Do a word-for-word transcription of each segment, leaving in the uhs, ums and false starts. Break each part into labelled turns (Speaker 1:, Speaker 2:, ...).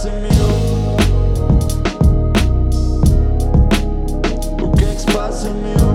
Speaker 1: passa, meu? O que é que se passa, meu?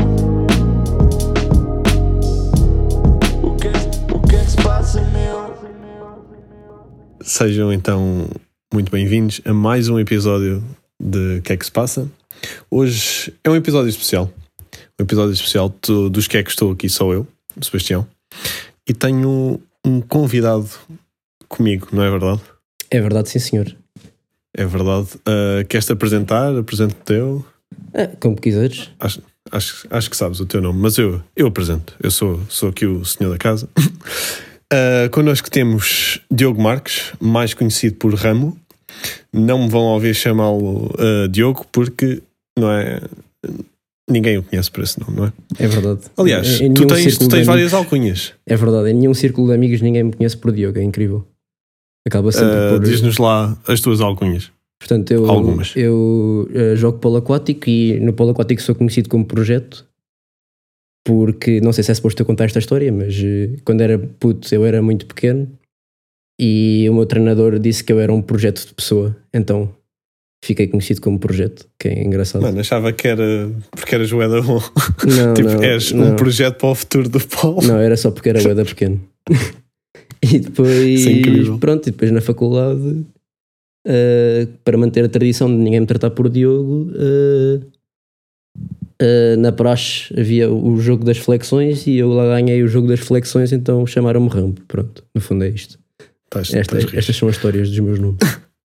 Speaker 1: O que, o que é que se passa, meu?
Speaker 2: Sejam então muito bem-vindos a mais um episódio de Que é que se passa. Hoje é um episódio especial. Um episódio especial do, dos que é que estou aqui, sou eu, Sebastião. E tenho um convidado comigo, não é verdade?
Speaker 3: É verdade, sim senhor.
Speaker 2: É verdade. Uh, Queres-te apresentar? Apresento-te eu.
Speaker 3: Ah, como quiseres.
Speaker 2: Acho, acho, acho que sabes o teu nome, mas eu, eu apresento. Eu sou, sou aqui o senhor da casa. uh, Connosco temos Diogo Marques, mais conhecido por Ramo. Não me vão ouvir chamá-lo uh, Diogo porque não é... ninguém o conhece por esse nome, não é?
Speaker 3: É verdade.
Speaker 2: Aliás,
Speaker 3: em, em
Speaker 2: tu tens, tu tens várias
Speaker 3: amigos,
Speaker 2: alcunhas.
Speaker 3: É verdade, em nenhum círculo de amigos ninguém me conhece por Diogo, é incrível. Acaba sempre
Speaker 2: Uh,
Speaker 3: por...
Speaker 2: Diz-nos lá as tuas alcunhas.
Speaker 3: Portanto, eu,
Speaker 2: Algumas.
Speaker 3: eu uh, jogo polo aquático e no polo aquático sou conhecido como Projeto, porque não sei se é suposto eu contar esta história, mas uh, quando era puto eu era muito pequeno e o meu treinador disse que eu era um projeto de pessoa, então fiquei conhecido como Projeto, que é engraçado.
Speaker 2: Mano, achava que era porque eras bué bom.
Speaker 3: Não,
Speaker 2: Tipo,
Speaker 3: não,
Speaker 2: és
Speaker 3: não.
Speaker 2: um projeto para o futuro do polo.
Speaker 3: Não, era só porque era bué da pequeno. E depois,
Speaker 2: Isso é incrível.
Speaker 3: pronto, e depois na faculdade, uh, para manter a tradição de ninguém me tratar por Diogo, uh, uh, na praxe havia o jogo das flexões e eu lá ganhei o jogo das flexões, então chamaram-me Rambo. Pronto, no fundo é isto.
Speaker 2: Estás,
Speaker 3: Esta,
Speaker 2: estás rijo.
Speaker 3: estas são as histórias dos meus nomes.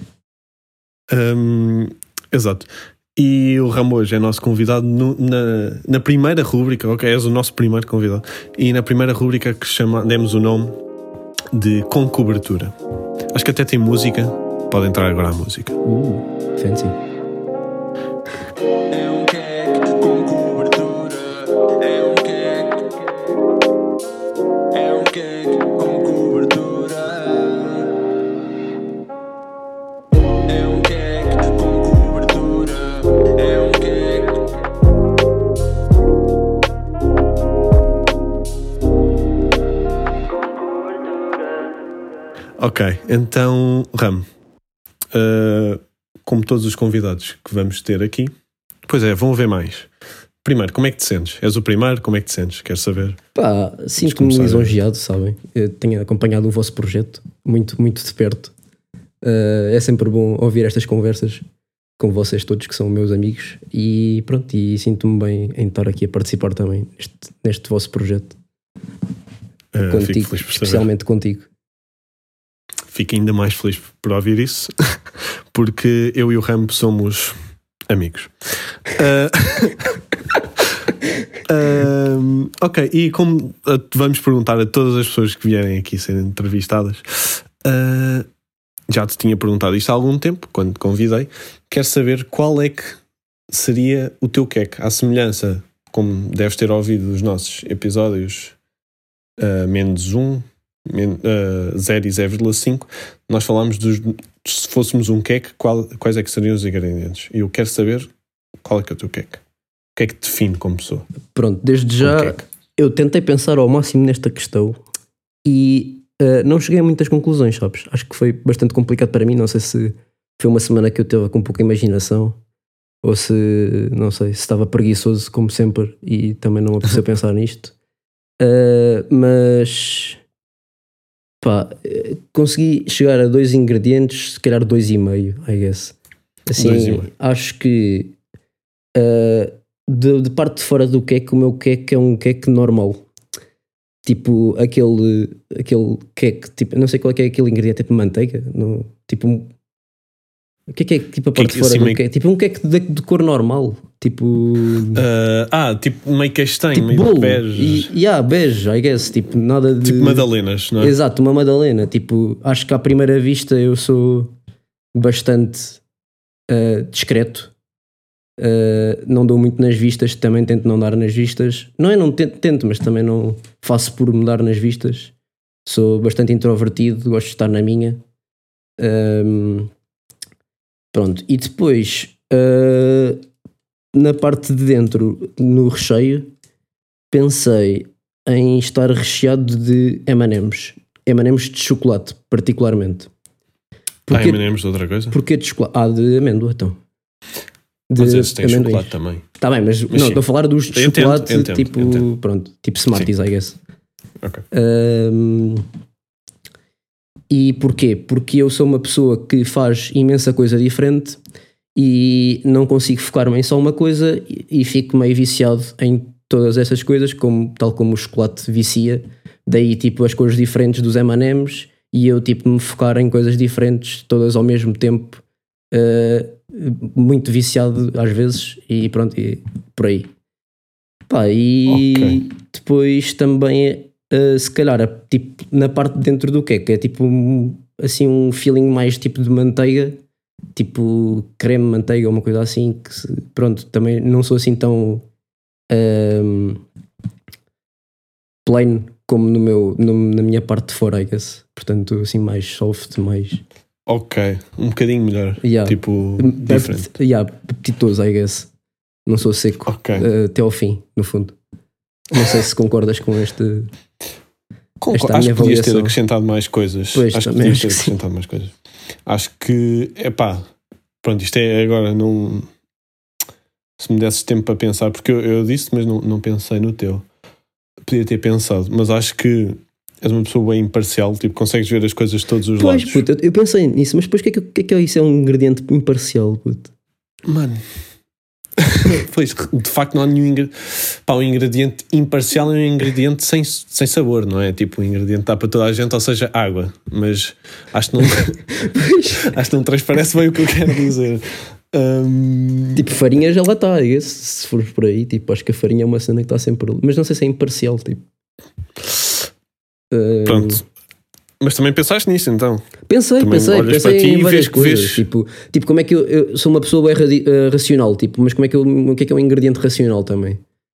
Speaker 2: Hum, exato. E o Ramo hoje é nosso convidado no, na, na primeira rúbrica, ok? És o nosso primeiro convidado. E na primeira rúbrica que chama, demos o nome de Com Cobertura. Acho que até tem música. Pode entrar agora a música.
Speaker 3: Uh, fancy.
Speaker 1: É um cake com cobertura. É um cake. É um cake com cobertura. É um cake com cobertura. É um cake.
Speaker 2: Ok, então, Ramo, uh, como todos os convidados que vamos ter aqui, pois é, vão haver mais. Primeiro, como é que te sentes? És o primeiro, como é que te sentes? Quero saber.
Speaker 3: Pá, sinto-me
Speaker 2: começar a-
Speaker 3: lisonjeado, sabem? Eu tenho acompanhado o vosso projeto muito, muito de perto. Uh, é sempre bom ouvir estas conversas com vocês todos que são meus amigos e pronto, e sinto-me bem em estar aqui a participar também neste, neste vosso projeto.
Speaker 2: Uh,
Speaker 3: Contigo,
Speaker 2: fico feliz por saber.
Speaker 3: especialmente contigo.
Speaker 2: Fico ainda mais feliz por ouvir isso, porque eu e o Rambo somos amigos. Uh, um, ok, e como uh, vamos perguntar a todas as pessoas que vierem aqui serem entrevistadas, uh, já te tinha perguntado isto há algum tempo, quando te convidei, quero saber qual é que seria o teu queque, à semelhança, como deves ter ouvido os nossos episódios uh, menos um, Uh, zero e zero vírgula cinco, nós falámos dos, se fôssemos um queque, qual, quais é que seriam os ingredientes, e eu quero saber qual é que é o teu queque, o que é que te define como pessoa.
Speaker 3: Pronto, desde já
Speaker 2: Como queque?
Speaker 3: eu tentei pensar ao máximo nesta questão e uh, não cheguei a muitas conclusões, sabes? Acho que foi bastante complicado para mim, não sei se foi uma semana que eu teve com pouca imaginação ou se, não sei, se estava preguiçoso como sempre e também não me apeteceu pensar nisto. Uh, mas pá, consegui chegar a dois ingredientes, se calhar dois e meio, I guess. Assim,
Speaker 2: Dois e meio.
Speaker 3: acho que uh, de, de parte de fora do queque, o meu queque é um queque normal. Tipo, aquele, aquele queque, tipo, não sei qual é que é aquele ingrediente, tipo manteiga, no, tipo, um- o que é que é tipo a parte
Speaker 2: Queque
Speaker 3: de fora
Speaker 2: assim
Speaker 3: do
Speaker 2: meio-
Speaker 3: queque? Tipo um queque de, de cor normal, tipo...
Speaker 2: Uh, ah, tipo meio castanho,
Speaker 3: tipo
Speaker 2: meio
Speaker 3: bolo,
Speaker 2: bege,
Speaker 3: e, yeah, bege, I guess, tipo, nada de...
Speaker 2: tipo madalenas, não é?
Speaker 3: Exato, uma madalena. Tipo, acho que à primeira vista eu sou bastante uh, discreto. Uh, não dou muito nas vistas, também tento não dar nas vistas. Não é não tento, tento, mas também não faço por me dar nas vistas. Sou bastante introvertido, gosto de estar na minha. Um, pronto, e depois uh, na parte de dentro, no recheio, pensei em estar recheado de M and M's. M and M's de chocolate, particularmente.
Speaker 2: Ah, M and M's de outra coisa?
Speaker 3: Porquê de chocolate? Ah, de amêndoa, então. De
Speaker 2: Mas esses têm
Speaker 3: amendoins.
Speaker 2: chocolate também.
Speaker 3: Tá bem, mas,
Speaker 2: Mas
Speaker 3: não,
Speaker 2: sim.
Speaker 3: estou a falar dos de
Speaker 2: Entendo,
Speaker 3: chocolate,
Speaker 2: entendo,
Speaker 3: tipo,
Speaker 2: entendo.
Speaker 3: pronto, tipo Smarties, I guess.
Speaker 2: Ok.
Speaker 3: Um, e porquê? Porque eu sou uma pessoa que faz imensa coisa diferente e não consigo focar-me em só uma coisa e, e fico meio viciado em todas essas coisas, como, tal como o chocolate vicia. Daí tipo as cores diferentes dos M and M's e eu tipo me focar em coisas diferentes todas ao mesmo tempo, uh, muito viciado às vezes e pronto, e por aí. Pá, e
Speaker 2: Ok.
Speaker 3: depois também uh, se calhar a- tipo, na parte de dentro do queque é tipo um, assim um feeling mais tipo de manteiga, tipo creme manteiga ou uma coisa assim que se- pronto, também não sou assim tão um, plain como no meu, no- na minha parte de fora, I guess. Portanto assim mais soft, mais
Speaker 2: Ok. Um bocadinho melhor.
Speaker 3: Yeah.
Speaker 2: Tipo,
Speaker 3: Apet-
Speaker 2: diferente.
Speaker 3: yeah, apetitoso, I guess. Não sou seco
Speaker 2: Ok.
Speaker 3: uh, até ao fim, no fundo. Não sei se concordas com este.
Speaker 2: Concordo.
Speaker 3: esta é a
Speaker 2: Acho
Speaker 3: minha
Speaker 2: que podias ter
Speaker 3: avaliação.
Speaker 2: acrescentado mais coisas.
Speaker 3: Pois,
Speaker 2: acho que
Speaker 3: também
Speaker 2: podias
Speaker 3: acho
Speaker 2: ter
Speaker 3: que sim.
Speaker 2: acrescentado mais coisas. Acho que, epá, pronto, isto é agora, não. Se me desses tempo para pensar, porque eu, eu disse, mas não, não pensei no teu. Podia ter pensado, mas acho que és uma pessoa bem imparcial, tipo, consegues ver as coisas de todos os
Speaker 3: Pois,
Speaker 2: lados.
Speaker 3: puto, eu, eu pensei nisso, mas depois o que é que, o que, é que é isso? É um ingrediente imparcial, puto.
Speaker 2: Mano. Pois, de facto não há nenhum ingrediente. Pá, um ingrediente imparcial é um ingrediente sem, sem sabor, não é? Tipo, um ingrediente dá para toda a gente, ou seja, água. Mas acho que não, acho que não transparece bem o que eu quero dizer. Hum,
Speaker 3: Tipo, farinha já lá está, I guess, se fores por aí. Tipo, acho que a farinha é uma cena que está sempre ali. Mas não sei se é imparcial, tipo. Uh,
Speaker 2: pronto. Mas também pensaste nisso, então.
Speaker 3: Pensei,
Speaker 2: Também
Speaker 3: pensei,
Speaker 2: olhas
Speaker 3: pensei
Speaker 2: para ti
Speaker 3: em
Speaker 2: e
Speaker 3: várias
Speaker 2: vês que
Speaker 3: coisas.
Speaker 2: vês-
Speaker 3: Tipo, tipo, como é que eu, eu sou uma pessoa bem radi- eh, racional, tipo, mas como é que eu, o que é que é um ingrediente racional também?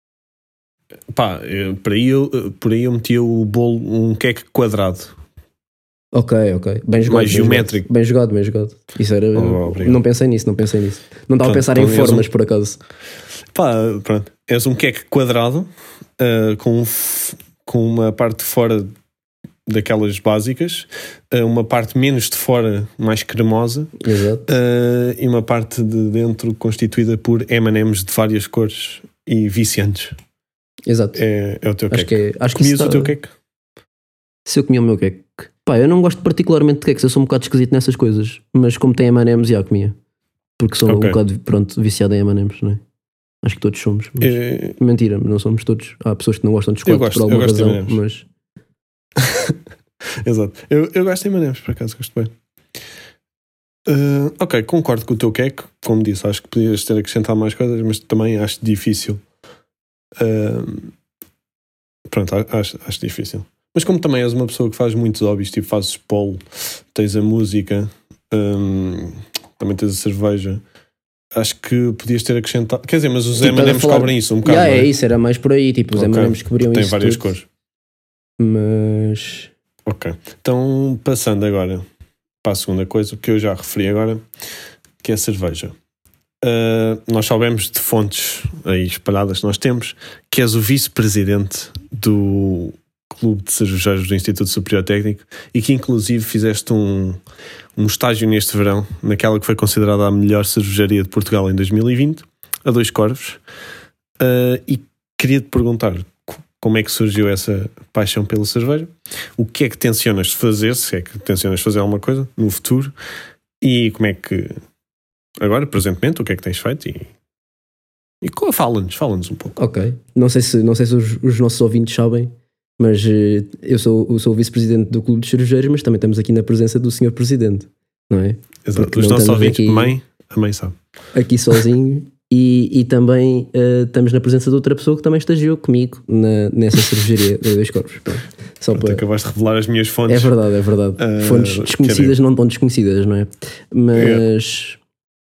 Speaker 2: Pá, eu- por, aí eu, por aí eu metia o bolo, um queque quadrado.
Speaker 3: Ok, ok. Bem jogado.
Speaker 2: Mais
Speaker 3: bem
Speaker 2: geométrico.
Speaker 3: Jogado. Bem jogado, bem jogado. Isso era.
Speaker 2: Oh, obrigado.
Speaker 3: não pensei nisso, não pensei nisso. Não estava a
Speaker 2: Pronto,
Speaker 3: pensar em
Speaker 2: então és
Speaker 3: formas,
Speaker 2: um-
Speaker 3: por acaso.
Speaker 2: Pá, pronto. És um queque quadrado, ah, com, um f- com uma parte de fora daquelas básicas, ah, uma parte menos de fora mais cremosa,
Speaker 3: Exato.
Speaker 2: ah, e uma parte de dentro constituída por M and M's de várias cores e viciantes.
Speaker 3: Exato.
Speaker 2: É, é o teu
Speaker 3: acho
Speaker 2: queque.
Speaker 3: que é. Acho que
Speaker 2: Comias
Speaker 3: isso
Speaker 2: o
Speaker 3: tá-
Speaker 2: teu queque?
Speaker 3: Se eu comia o meu queque. Pá, eu não gosto particularmente de queques, eu sou um bocado esquisito nessas coisas. Mas como tem M and M's, já comia. Porque sou
Speaker 2: Ok.
Speaker 3: um bocado, pronto, viciado em M and M's, não é? Acho que todos somos. Mas...
Speaker 2: É,
Speaker 3: Mentira, não somos todos. Há pessoas que não gostam de chocolate
Speaker 2: gosto,
Speaker 3: por alguma
Speaker 2: eu gosto de
Speaker 3: razão,
Speaker 2: M and
Speaker 3: mas
Speaker 2: exato. Eu, eu gosto de M and M's, por acaso, gosto bem. Ah, ok, concordo com o teu queque. Como disse, acho que podias ter acrescentado mais coisas, mas também acho difícil. Ah, pronto, a- acho, acho difícil. Mas como também és uma pessoa que faz muitos hobbies, tipo fazes polo, tens a música, hum, também tens a cerveja, acho que podias ter acrescentado. Quer dizer, mas os
Speaker 3: Tipo,
Speaker 2: M and
Speaker 3: estás a
Speaker 2: M's
Speaker 3: falar-
Speaker 2: cobrem isso um bocado.
Speaker 3: Já,
Speaker 2: não
Speaker 3: é
Speaker 2: é?
Speaker 3: isso, era mais por aí. Tipo, os
Speaker 2: Ok,
Speaker 3: M and M's cobriam
Speaker 2: tem
Speaker 3: isso.
Speaker 2: várias
Speaker 3: tudo.
Speaker 2: cores.
Speaker 3: Mas.
Speaker 2: Ok. Então, passando agora para a segunda coisa, que eu já referi agora, que é a cerveja. Uh, nós soubemos de fontes aí espalhadas que nós temos que és o vice-presidente do Clube de Cervejeiros do Instituto Superior Técnico e que inclusive fizeste um, um estágio neste verão naquela que foi considerada a melhor cervejaria de Portugal em dois mil e vinte, a Dois Corvos. Uh, e queria-te perguntar como é que surgiu essa paixão pela cerveja, o que é que tencionas fazer, se é que tencionas fazer alguma coisa no futuro, e como é que agora, presentemente, o que é que tens feito, e, e co- fala-nos, fala-nos um pouco.
Speaker 3: Ok. Não sei se, não sei se os, os nossos ouvintes sabem, mas eh, eu sou, eu sou o vice-presidente do Clube de Cervejeiros, mas também estamos aqui na presença do senhor Presidente, não é?
Speaker 2: Exato.
Speaker 3: Porque
Speaker 2: Os
Speaker 3: não
Speaker 2: nossos
Speaker 3: estamos
Speaker 2: ouvintes,
Speaker 3: aqui-
Speaker 2: mãe, a mãe sabe.
Speaker 3: Aqui sozinho. E, e também eh, estamos na presença de outra pessoa que também estagiou comigo na, nessa cervejaria de Dois Corvos. Pronto. Só
Speaker 2: Pronto,
Speaker 3: para...
Speaker 2: acabaste de revelar as minhas fontes.
Speaker 3: É verdade, é verdade.
Speaker 2: Ah,
Speaker 3: Fontes desconhecidas não tão desconhecidas, não é? Mas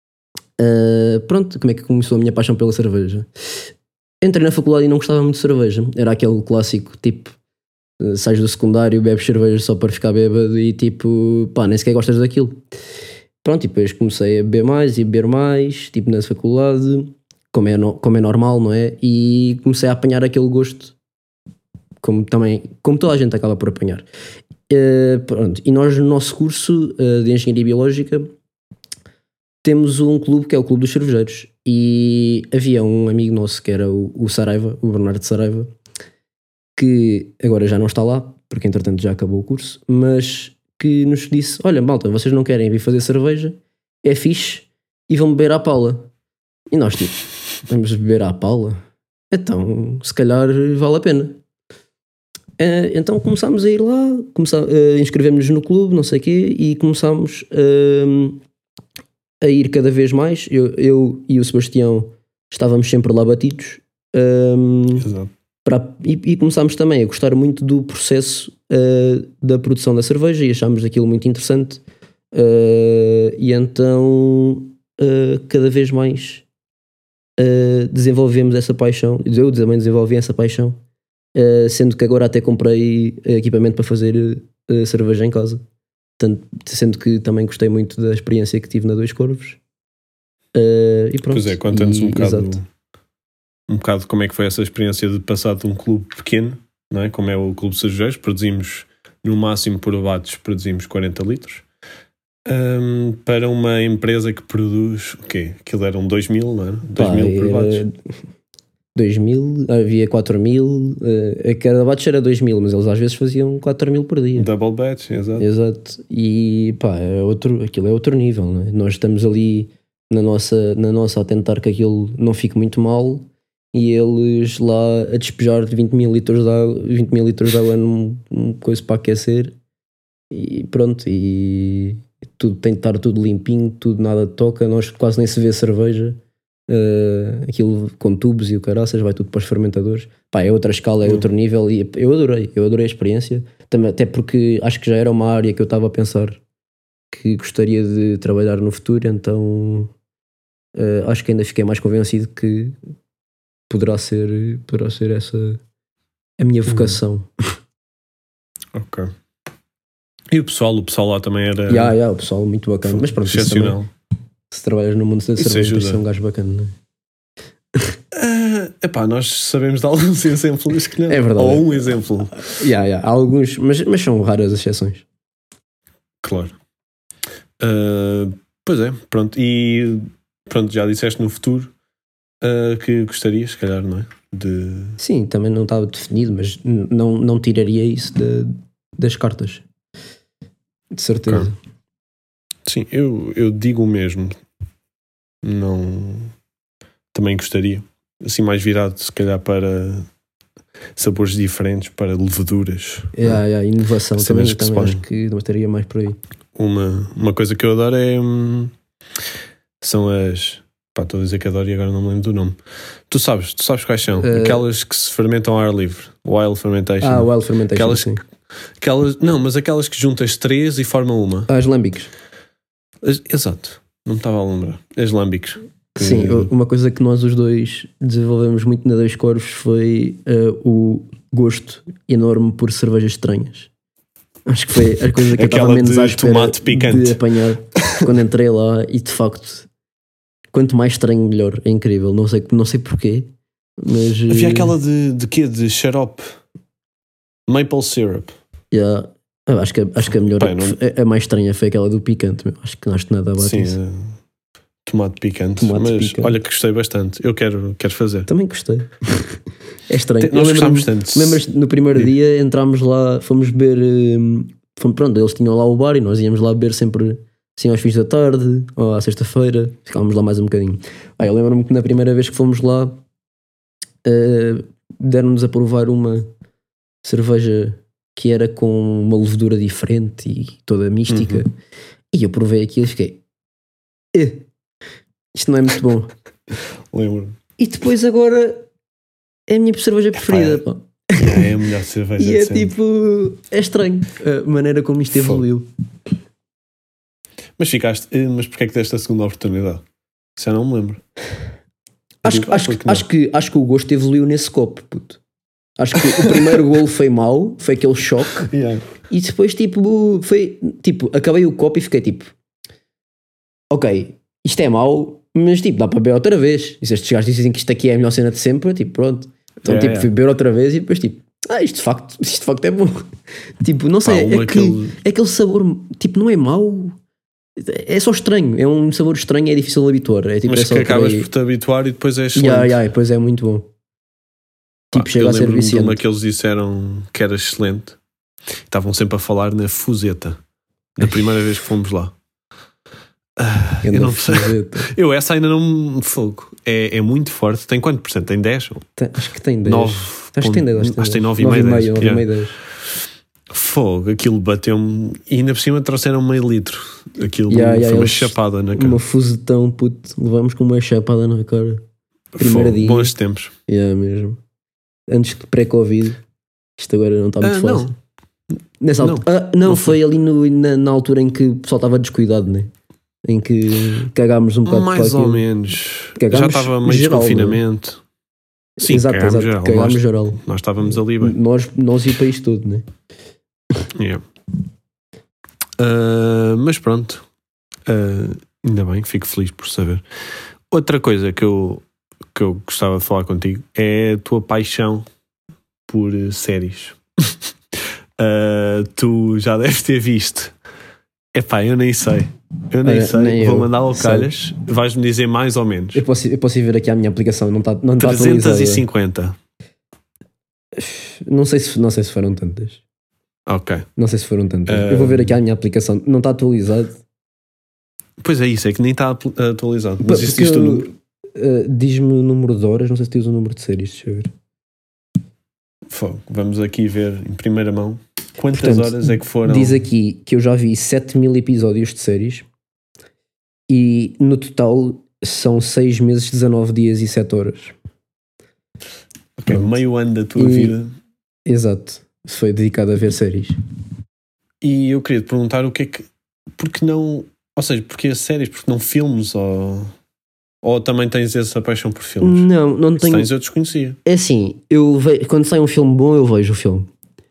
Speaker 3: ah, pronto, como é que começou a minha paixão pela cerveja? Entrei na faculdade e não gostava muito de cerveja. Era aquele clássico tipo: ah, sais do secundário, bebes cerveja só para ficar bêbado e tipo, pá, nem sequer gostas daquilo. Pronto, e depois comecei a beber mais e beber mais, tipo na faculdade, como é, no- como é normal, não é? E comecei a apanhar aquele gosto como também, como toda a gente acaba por apanhar. Uh, pronto. E nós no nosso curso uh, de Engenharia Biológica temos um clube que é o Clube dos Cervejeiros, e havia um amigo nosso que era o, o Saraiva, o Bernardo Saraiva, que agora já não está lá, porque entretanto já acabou o curso, mas que nos disse: olha malta, vocês não querem vir fazer cerveja, é fixe, e vão beber à Paula. E nós tipo, vamos beber à Paula? Então se calhar vale a pena. Uh, então começámos a ir lá, uh, inscrevemos-nos no clube, não sei o quê, e começámos uh, a ir cada vez mais. Eu, eu e o Sebastião estávamos sempre lá batidos. Um,
Speaker 2: Exato.
Speaker 3: Para, e, e começámos também a gostar muito do processo uh, da produção da cerveja, e achámos aquilo muito interessante. Uh, e então uh, cada vez mais uh, desenvolvemos essa paixão. Eu também desenvolvi essa paixão, uh, sendo que agora até comprei equipamento para fazer uh, cerveja em casa. Tanto, sendo que também gostei muito da experiência que tive na Dois Corvos. Uh, e pronto.
Speaker 2: Pois é, conta-nos um bocado,
Speaker 3: exato.
Speaker 2: um bocado como é que foi essa experiência de passar de um clube pequeno, não é? Como é o Clube de Cervejeiros, produzimos no máximo por abates, produzimos quarenta litros, um, para uma empresa que produz o quê? Aquilo eram dois mil, não é? dois mil por abates.
Speaker 3: dois mil, havia quatro mil, uh, a cada batch era dois mil, mas eles às vezes faziam quatro mil por dia.
Speaker 2: Double batch, exato.
Speaker 3: Exato. E pá, é outro, aquilo é outro nível, não é? Nós estamos ali na nossa, na nossa a tentar que aquilo não fique muito mal, e eles lá a despejar vinte mil litros de água, vinte mil litros de água num, num coisa para aquecer, e pronto, e tudo tem de estar tudo limpinho, tudo nada toca, nós quase nem se vê cerveja. Uh, aquilo com tubos e o caraças, vai tudo para os fermentadores. Pá, é outra escala, é
Speaker 2: uhum.
Speaker 3: outro nível, e eu adorei, eu adorei a experiência. Também, até porque acho que já era uma área que eu estava a pensar que gostaria de trabalhar no futuro, então uh, acho que ainda fiquei mais convencido que poderá ser, poderá ser essa a minha vocação.
Speaker 2: Uhum. Ok. E o pessoal, o pessoal lá também era
Speaker 3: yeah, yeah, o pessoal muito bacana, mas pronto,
Speaker 2: excepcional.
Speaker 3: Se trabalhas no mundo da cerveja, tens de ser um gajo bacana, não é?
Speaker 2: Uh, epá, nós sabemos de alguns exemplos que não.
Speaker 3: É verdade.
Speaker 2: Ou um exemplo.
Speaker 3: Yeah, yeah. Há alguns, mas, mas são raras exceções.
Speaker 2: Claro. Uh, pois é, pronto. E pronto, já disseste no futuro uh, que gostarias, se calhar, não é? De...
Speaker 3: Sim, também não estava definido, mas n- não, não tiraria isso de, das cartas. De certeza.
Speaker 2: Claro. Sim, eu, eu digo o mesmo. Não. Também gostaria. Assim, mais virado, se calhar, para sabores diferentes, para leveduras.
Speaker 3: Yeah, yeah, inovação também,
Speaker 2: que
Speaker 3: também acho que não estaria mais por aí.
Speaker 2: Uma, uma coisa que eu adoro é. Hum, são as. Pá, estou a dizer que adoro e agora não me lembro do nome. Tu sabes, tu sabes quais são?
Speaker 3: Uh,
Speaker 2: aquelas que se fermentam ao ar livre. Wild fermentation.
Speaker 3: Ah, wild fermentation.
Speaker 2: Aquelas,
Speaker 3: sim.
Speaker 2: aquelas, não, mas aquelas que juntas três e formam uma.
Speaker 3: Ah, as lâmbicos.
Speaker 2: As, exato. Não me estava a lembrar. As lâmbicos. Que...
Speaker 3: Sim, uma coisa que nós os dois desenvolvemos muito na Dois Corvos foi uh, o gosto enorme por cervejas estranhas. Acho que foi a coisa que eu estava menos à espera
Speaker 2: tomate picante.
Speaker 3: de apanhar quando entrei lá, e de facto, quanto mais estranho melhor, é incrível. Não sei, não sei porquê, mas...
Speaker 2: Havia aquela de, de quê? De xarope. Maple syrup.
Speaker 3: Yeah. Acho que, acho que a melhor,
Speaker 2: Pai, não...
Speaker 3: a, a mais estranha foi aquela do picante. Meu. Acho que não acho nada a bater.
Speaker 2: Sim, uh, tomate picante.
Speaker 3: Tomate
Speaker 2: mas
Speaker 3: picante.
Speaker 2: Olha que gostei bastante. Eu quero, quero fazer.
Speaker 3: Também gostei. É estranho.
Speaker 2: Nós gostámos tanto.
Speaker 3: Lembras no primeiro Sim. dia entrámos lá, fomos beber. Um, fomos, pronto, eles tinham lá o bar e nós íamos lá beber sempre assim aos fins da tarde ou à sexta-feira. Ficávamos lá mais um bocadinho. Ah, eu lembro-me que na primeira vez que fomos lá uh, deram-nos a provar uma cerveja que era com uma levedura diferente e toda mística. Uhum. E eu provei aquilo e fiquei, eh, isto não é muito bom.
Speaker 2: Lembro.
Speaker 3: E depois agora é a minha cerveja preferida. Pá.
Speaker 2: É a melhor cerveja.
Speaker 3: E é tipo, é estranho a maneira como isto evoluiu.
Speaker 2: Mas ficaste, mas porquê é que deste a segunda oportunidade? Já não me lembro.
Speaker 3: Acho,
Speaker 2: digo,
Speaker 3: acho, acho, que, acho que o gosto evoluiu nesse copo, puto. Acho que o primeiro golo foi mau, foi aquele choque.
Speaker 2: Yeah.
Speaker 3: E depois tipo, foi tipo, acabei o copo e fiquei tipo, ok, isto é mau, mas tipo, dá para beber outra vez. E se estes gajos dizem que isto aqui é a melhor cena de sempre, tipo, pronto. Então
Speaker 2: yeah,
Speaker 3: tipo,
Speaker 2: yeah.
Speaker 3: fui beber outra vez e depois tipo, ah, isto de facto, isto de facto é bom. Tipo, não sei,
Speaker 2: Pá,
Speaker 3: é,
Speaker 2: uma
Speaker 3: que,
Speaker 2: aquele-
Speaker 3: é aquele sabor, tipo, não é mau, é só estranho, é um sabor estranho, é difícil de habituar. É, tipo,
Speaker 2: Mas
Speaker 3: é só
Speaker 2: que acabas
Speaker 3: por
Speaker 2: por te habituar e depois é excelente.
Speaker 3: yeah, yeah, e depois é muito bom. Tipo,
Speaker 2: Pá,
Speaker 3: chega
Speaker 2: eu
Speaker 3: a ser
Speaker 2: lembro-me de
Speaker 3: viciante.
Speaker 2: uma que eles disseram que era excelente. Estavam sempre a falar na Fuseta, da primeira vez que fomos lá. Ah, eu
Speaker 3: Ganda
Speaker 2: não sei.
Speaker 3: fuseta.
Speaker 2: Eu essa ainda não me fogo. É, é muito forte. Tem quanto por cento? Tem dez?
Speaker 3: Tem- Acho que tem dez.
Speaker 2: nove.
Speaker 3: Acho que tem dez.
Speaker 2: Acho que tem nove
Speaker 3: nove
Speaker 2: e meio, dez.
Speaker 3: nove e
Speaker 2: Yeah.
Speaker 3: meio, dez.
Speaker 2: Fogo, aquilo bateu-me. E ainda por cima trouxeram meio litro. Aquilo
Speaker 3: Yeah, yeah,
Speaker 2: foi uma
Speaker 3: eles-
Speaker 2: chapada na cara.
Speaker 3: Uma fusetão, puto. Levamos com uma chapada na cara. Primeiro
Speaker 2: Fogo,
Speaker 3: dia.
Speaker 2: bons tempos.
Speaker 3: Yeah, mesmo. Antes de pré-Covid. Isto agora não está muito
Speaker 2: Ah,
Speaker 3: fácil.
Speaker 2: não.
Speaker 3: Nessa
Speaker 2: Não.
Speaker 3: altura, ah, não,
Speaker 2: Não
Speaker 3: foi ali no- na, na altura em que o pessoal estava descuidado, né? Em que cagámos um bocado
Speaker 2: Mais
Speaker 3: para
Speaker 2: ou
Speaker 3: aquilo.
Speaker 2: menos.
Speaker 3: Cagámos
Speaker 2: Já estava meio
Speaker 3: geral,
Speaker 2: de confinamento. Sim,
Speaker 3: exato,
Speaker 2: cagámos
Speaker 3: exato,
Speaker 2: geral.
Speaker 3: cagámos
Speaker 2: Nós,
Speaker 3: geral.
Speaker 2: nós estávamos ali bem.
Speaker 3: Nós, nós e o país todo, né?
Speaker 2: Yeah. Ah, mas pronto. Ah, ainda bem, fico feliz por saber. Outra coisa que eu, que eu gostava de falar contigo é a tua paixão por eh, séries. Ah, tu já deves ter visto. Epá, eu nem sei. Eu nem
Speaker 3: Olha,
Speaker 2: sei.
Speaker 3: nem
Speaker 2: Vou
Speaker 3: eu.
Speaker 2: mandar ao calhas. Vais-me dizer mais ou menos.
Speaker 3: Eu posso, eu posso ir ver aqui a minha aplicação, não está não tá atualizada.
Speaker 2: trezentos e cinquenta.
Speaker 3: Não sei, se, não sei se foram tantas.
Speaker 2: Ok.
Speaker 3: Não sei se foram tantas.
Speaker 2: Ah.
Speaker 3: Eu vou ver aqui a minha aplicação, não está atualizado.
Speaker 2: Pois é isso, é que nem está atu- atualizado.
Speaker 3: Pa-
Speaker 2: Mas isso
Speaker 3: porque
Speaker 2: diz o
Speaker 3: eu-
Speaker 2: número.
Speaker 3: Uh, diz-me o número de horas, não sei se tens o número de séries, deixa eu ver.
Speaker 2: Fogo. Vamos aqui ver em primeira mão quantas
Speaker 3: Portanto,
Speaker 2: horas é que foram.
Speaker 3: Diz aqui que eu já vi sete mil episódios de séries e no total são seis meses, dezanove dias e sete horas.
Speaker 2: Ok,
Speaker 3: Pronto.
Speaker 2: meio ano da tua
Speaker 3: E-
Speaker 2: vida.
Speaker 3: Exato, foi dedicado a ver séries.
Speaker 2: E eu queria te perguntar o que é que. Porque não. Ou seja, porque as séries, porque não filmes ou. Ou também tens essa paixão por filmes?
Speaker 3: Não, não
Speaker 2: Se
Speaker 3: tenho.
Speaker 2: tens, eu desconhecia.
Speaker 3: É assim, eu ve... quando sai um filme bom, eu vejo o filme.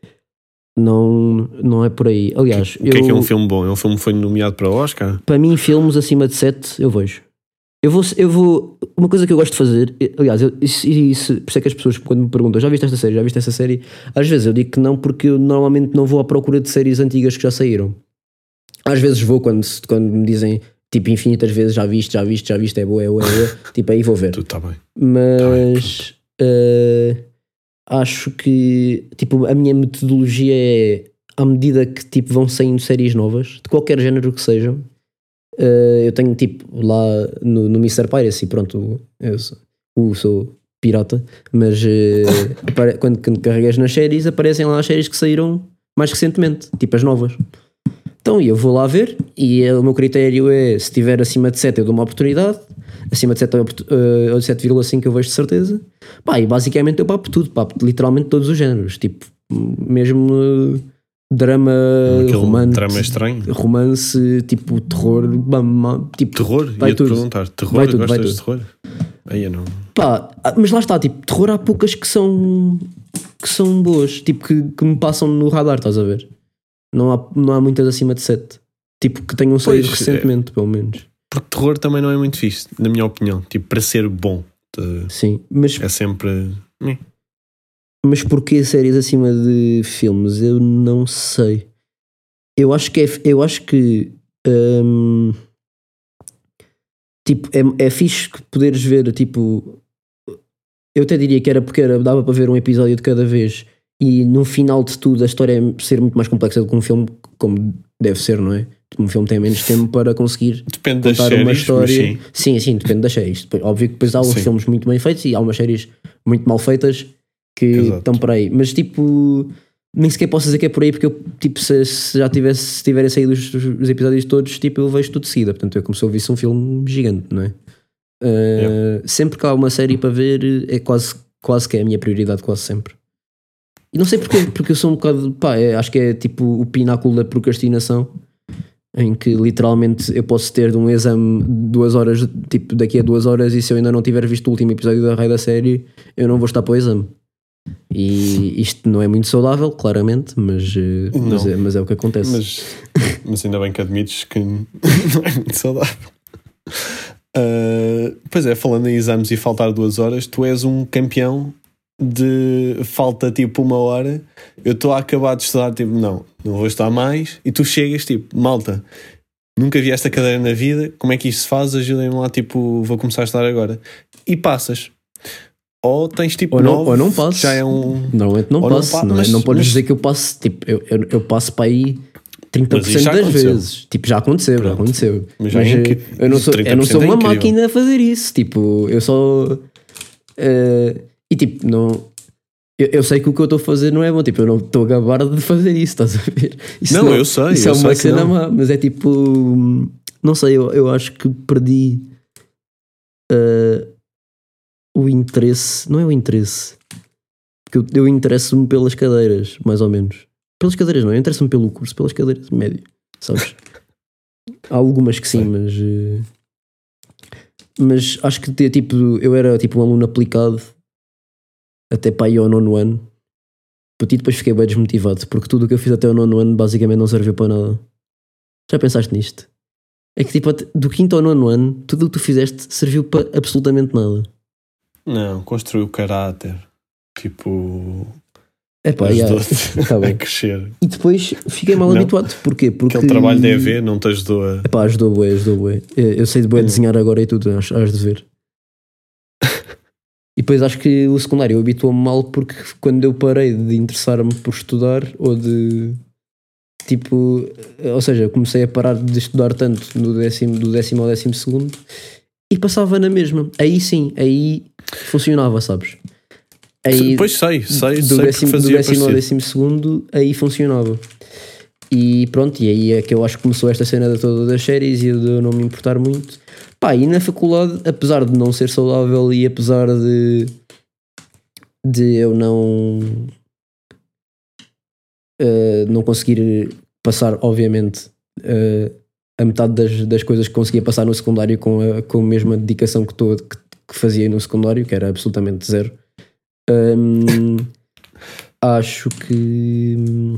Speaker 3: Não, não é por aí. Aliás,
Speaker 2: O que
Speaker 3: eu,
Speaker 2: é que é um filme bom? É um filme que foi nomeado para o Oscar?
Speaker 3: para mim, filmes acima de sete eu vejo. Eu vou, eu vou. Uma coisa que eu gosto de fazer, aliás, eu, isso, isso, por isso é que as pessoas quando me perguntam já viste esta série, já viste essa série, às vezes eu digo que não, porque eu normalmente não vou à procura de séries antigas que já saíram. Às vezes vou quando, quando me dizem tipo infinitas vezes já viste, já viste, já viste, é boa, é boa, é boa, tipo aí vou ver.
Speaker 2: Tudo está bem.
Speaker 3: Mas eh, acho que tipo, a minha metodologia é à medida que tipo, vão saindo séries novas, de qualquer género que sejam. eh, eu tenho tipo lá no, no mister Piracy, pronto, eu sou, eu sou pirata, mas eh, apare- quando, quando carregas nas séries aparecem lá as séries que saíram mais recentemente, tipo as novas. Então eu vou lá ver e eh, o meu critério é se estiver acima de sete eu dou uma oportunidade, acima de sete uh, ou sete vírgula cinco eu vejo de certeza. Pá, e basicamente eu papo tudo, papo literalmente todos os géneros, tipo mesmo uh, drama,
Speaker 2: Aquele
Speaker 3: romance,
Speaker 2: drama estranho.
Speaker 3: romance, tipo terror, bam, bam, tipo
Speaker 2: Terror?
Speaker 3: vai
Speaker 2: Ia-te
Speaker 3: tudo.
Speaker 2: perguntar. Terror?
Speaker 3: Vai tudo, vai
Speaker 2: Gostas de
Speaker 3: tudo.
Speaker 2: terror? Aí eu não.
Speaker 3: Pá, ah, mas lá está, tipo, terror há poucas que são que são boas, tipo que, que me passam no radar, estás a ver? Não há, não há muitas acima de sete. Tipo, que tenham saído
Speaker 2: Pois,
Speaker 3: recentemente, pelo menos.
Speaker 2: Porque terror também não é muito fixe, na minha opinião. Tipo, para ser bom, te-
Speaker 3: Sim, mas,
Speaker 2: é sempre. Meh.
Speaker 3: mas porquê séries acima de filmes? Eu não sei. Eu acho que é, eu acho que hum, tipo, é, é fixe que poderes ver, tipo, eu até diria que era porque era, dava para ver um episódio de cada vez e no final de tudo a história é ser muito mais complexa do que um filme, como deve ser, não é? Um filme tem menos tempo para conseguir
Speaker 2: Depende das
Speaker 3: contar
Speaker 2: séries,
Speaker 3: uma
Speaker 2: mas
Speaker 3: história.
Speaker 2: sim.
Speaker 3: Sim, sim, depende das séries. Depois, óbvio que depois há uns
Speaker 2: Sim.
Speaker 3: filmes muito bem feitos e há umas séries muito mal feitas que
Speaker 2: Exato.
Speaker 3: estão por aí. Mas tipo, nem sequer posso dizer que é por aí porque eu, tipo, se, se já tivesse, se tiverem saído os, os episódios todos, tipo, eu vejo tudo de seguida. Portanto, é como se eu visse um filme gigante, não é? Uh,
Speaker 2: Yeah.
Speaker 3: Sempre que há uma série para ver, é quase, quase que é a minha prioridade, quase sempre. E não sei porquê, porque eu sou um bocado, pá, é, acho que é tipo o pináculo da procrastinação, em que literalmente eu posso ter de um exame duas horas, tipo daqui a duas horas, e se eu ainda não tiver visto o último episódio da Raia da série, eu não vou estar para o exame. E isto não é muito saudável, claramente, mas, eh, mas,
Speaker 2: Não.
Speaker 3: é, mas é o que acontece.
Speaker 2: Mas, mas ainda bem que admites que não é muito saudável. Uh, pois é, falando em exames e faltar duas horas, tu és um campeão de falta tipo uma hora, eu estou a acabar de estudar, tipo, não, não vou estudar mais, e tu chegas, tipo, malta, nunca vi esta cadeira na vida, como é que isto se faz? Ajudem-me lá, tipo, vou começar a estudar agora. E passas. Ou tens tipo
Speaker 3: Ou não,
Speaker 2: nove,
Speaker 3: ou não passo.
Speaker 2: já é um...
Speaker 3: Normalmente não
Speaker 2: Ou não
Speaker 3: passo.
Speaker 2: pa-
Speaker 3: Não, é-
Speaker 2: mas-
Speaker 3: não podes
Speaker 2: mas-
Speaker 3: dizer que eu passo. Tipo, eu, eu, eu passo para aí trinta por
Speaker 2: Mas isso
Speaker 3: cento
Speaker 2: já
Speaker 3: das
Speaker 2: aconteceu.
Speaker 3: vezes. Tipo, já aconteceu, já
Speaker 2: Pronto.
Speaker 3: aconteceu.
Speaker 2: Mas
Speaker 3: Mas,
Speaker 2: já é
Speaker 3: eh,
Speaker 2: inc-
Speaker 3: eu não sou, eu não sou
Speaker 2: trinta por cento é
Speaker 3: uma
Speaker 2: incrível.
Speaker 3: máquina a fazer isso. Tipo, eu só. eh, e tipo, não. Eu, eu sei que o que eu estou a fazer não é bom. Tipo, eu não estou a gabar de fazer isso, estás a ver? Isso
Speaker 2: Não, eu sei,
Speaker 3: Isso
Speaker 2: eu
Speaker 3: é
Speaker 2: sei
Speaker 3: uma
Speaker 2: que
Speaker 3: cena
Speaker 2: não.
Speaker 3: má. Mas é tipo. Não sei, eu, eu acho que perdi. eh, o interesse. Não é o interesse. Porque eu, eu interesso-me pelas cadeiras, mais ou menos. Pelas cadeiras não, eu interesso-me pelo curso, pelas cadeiras médio, sabes? Há algumas que sim,
Speaker 2: Sei.
Speaker 3: mas eh, mas acho que te- tipo, eu era tipo um aluno aplicado até para aí ao nono ano. Puto, e depois fiquei bem desmotivado, porque tudo o que eu fiz até ao nono ano basicamente não serviu para nada. Já pensaste nisto? É que tipo, até- do quinto ao nono ano, tudo o que tu fizeste serviu para absolutamente nada.
Speaker 2: Não, construiu caráter. Tipo,
Speaker 3: É pá, já,
Speaker 2: ajudou-te
Speaker 3: tá
Speaker 2: a
Speaker 3: bem.
Speaker 2: crescer.
Speaker 3: E depois fiquei mal
Speaker 2: Não?
Speaker 3: habituado. Porquê? Porque
Speaker 2: Aquele trabalho de E V não te ajudou a...
Speaker 3: Epá, ajudou bué, ajudou bué. Eu, eu sei de bué
Speaker 2: Hum.
Speaker 3: desenhar agora e tudo, acho, has de ver. E depois acho que o secundário habituou-me mal porque quando eu parei de interessar-me por estudar ou de tipo, ou seja, comecei a parar de estudar tanto no décimo, do décimo ao décimo segundo e passava na mesma. Aí sim, aí funcionava, sabes? Aí,
Speaker 2: Pois sei, sei,
Speaker 3: do
Speaker 2: sei porque
Speaker 3: décimo, do
Speaker 2: fazia
Speaker 3: décimo ao
Speaker 2: parecido.
Speaker 3: décimo segundo, aí funcionava. E pronto, e aí é que eu acho que começou esta cena toda das séries e eu de eu não me importar muito. Pá, e na faculdade, apesar de não ser saudável e apesar de, de eu não eh, não conseguir passar, obviamente, eh, a metade das, das coisas que conseguia passar no secundário com a, com a mesma dedicação que, tô, que, que fazia no secundário, que era absolutamente zero. Hum, acho que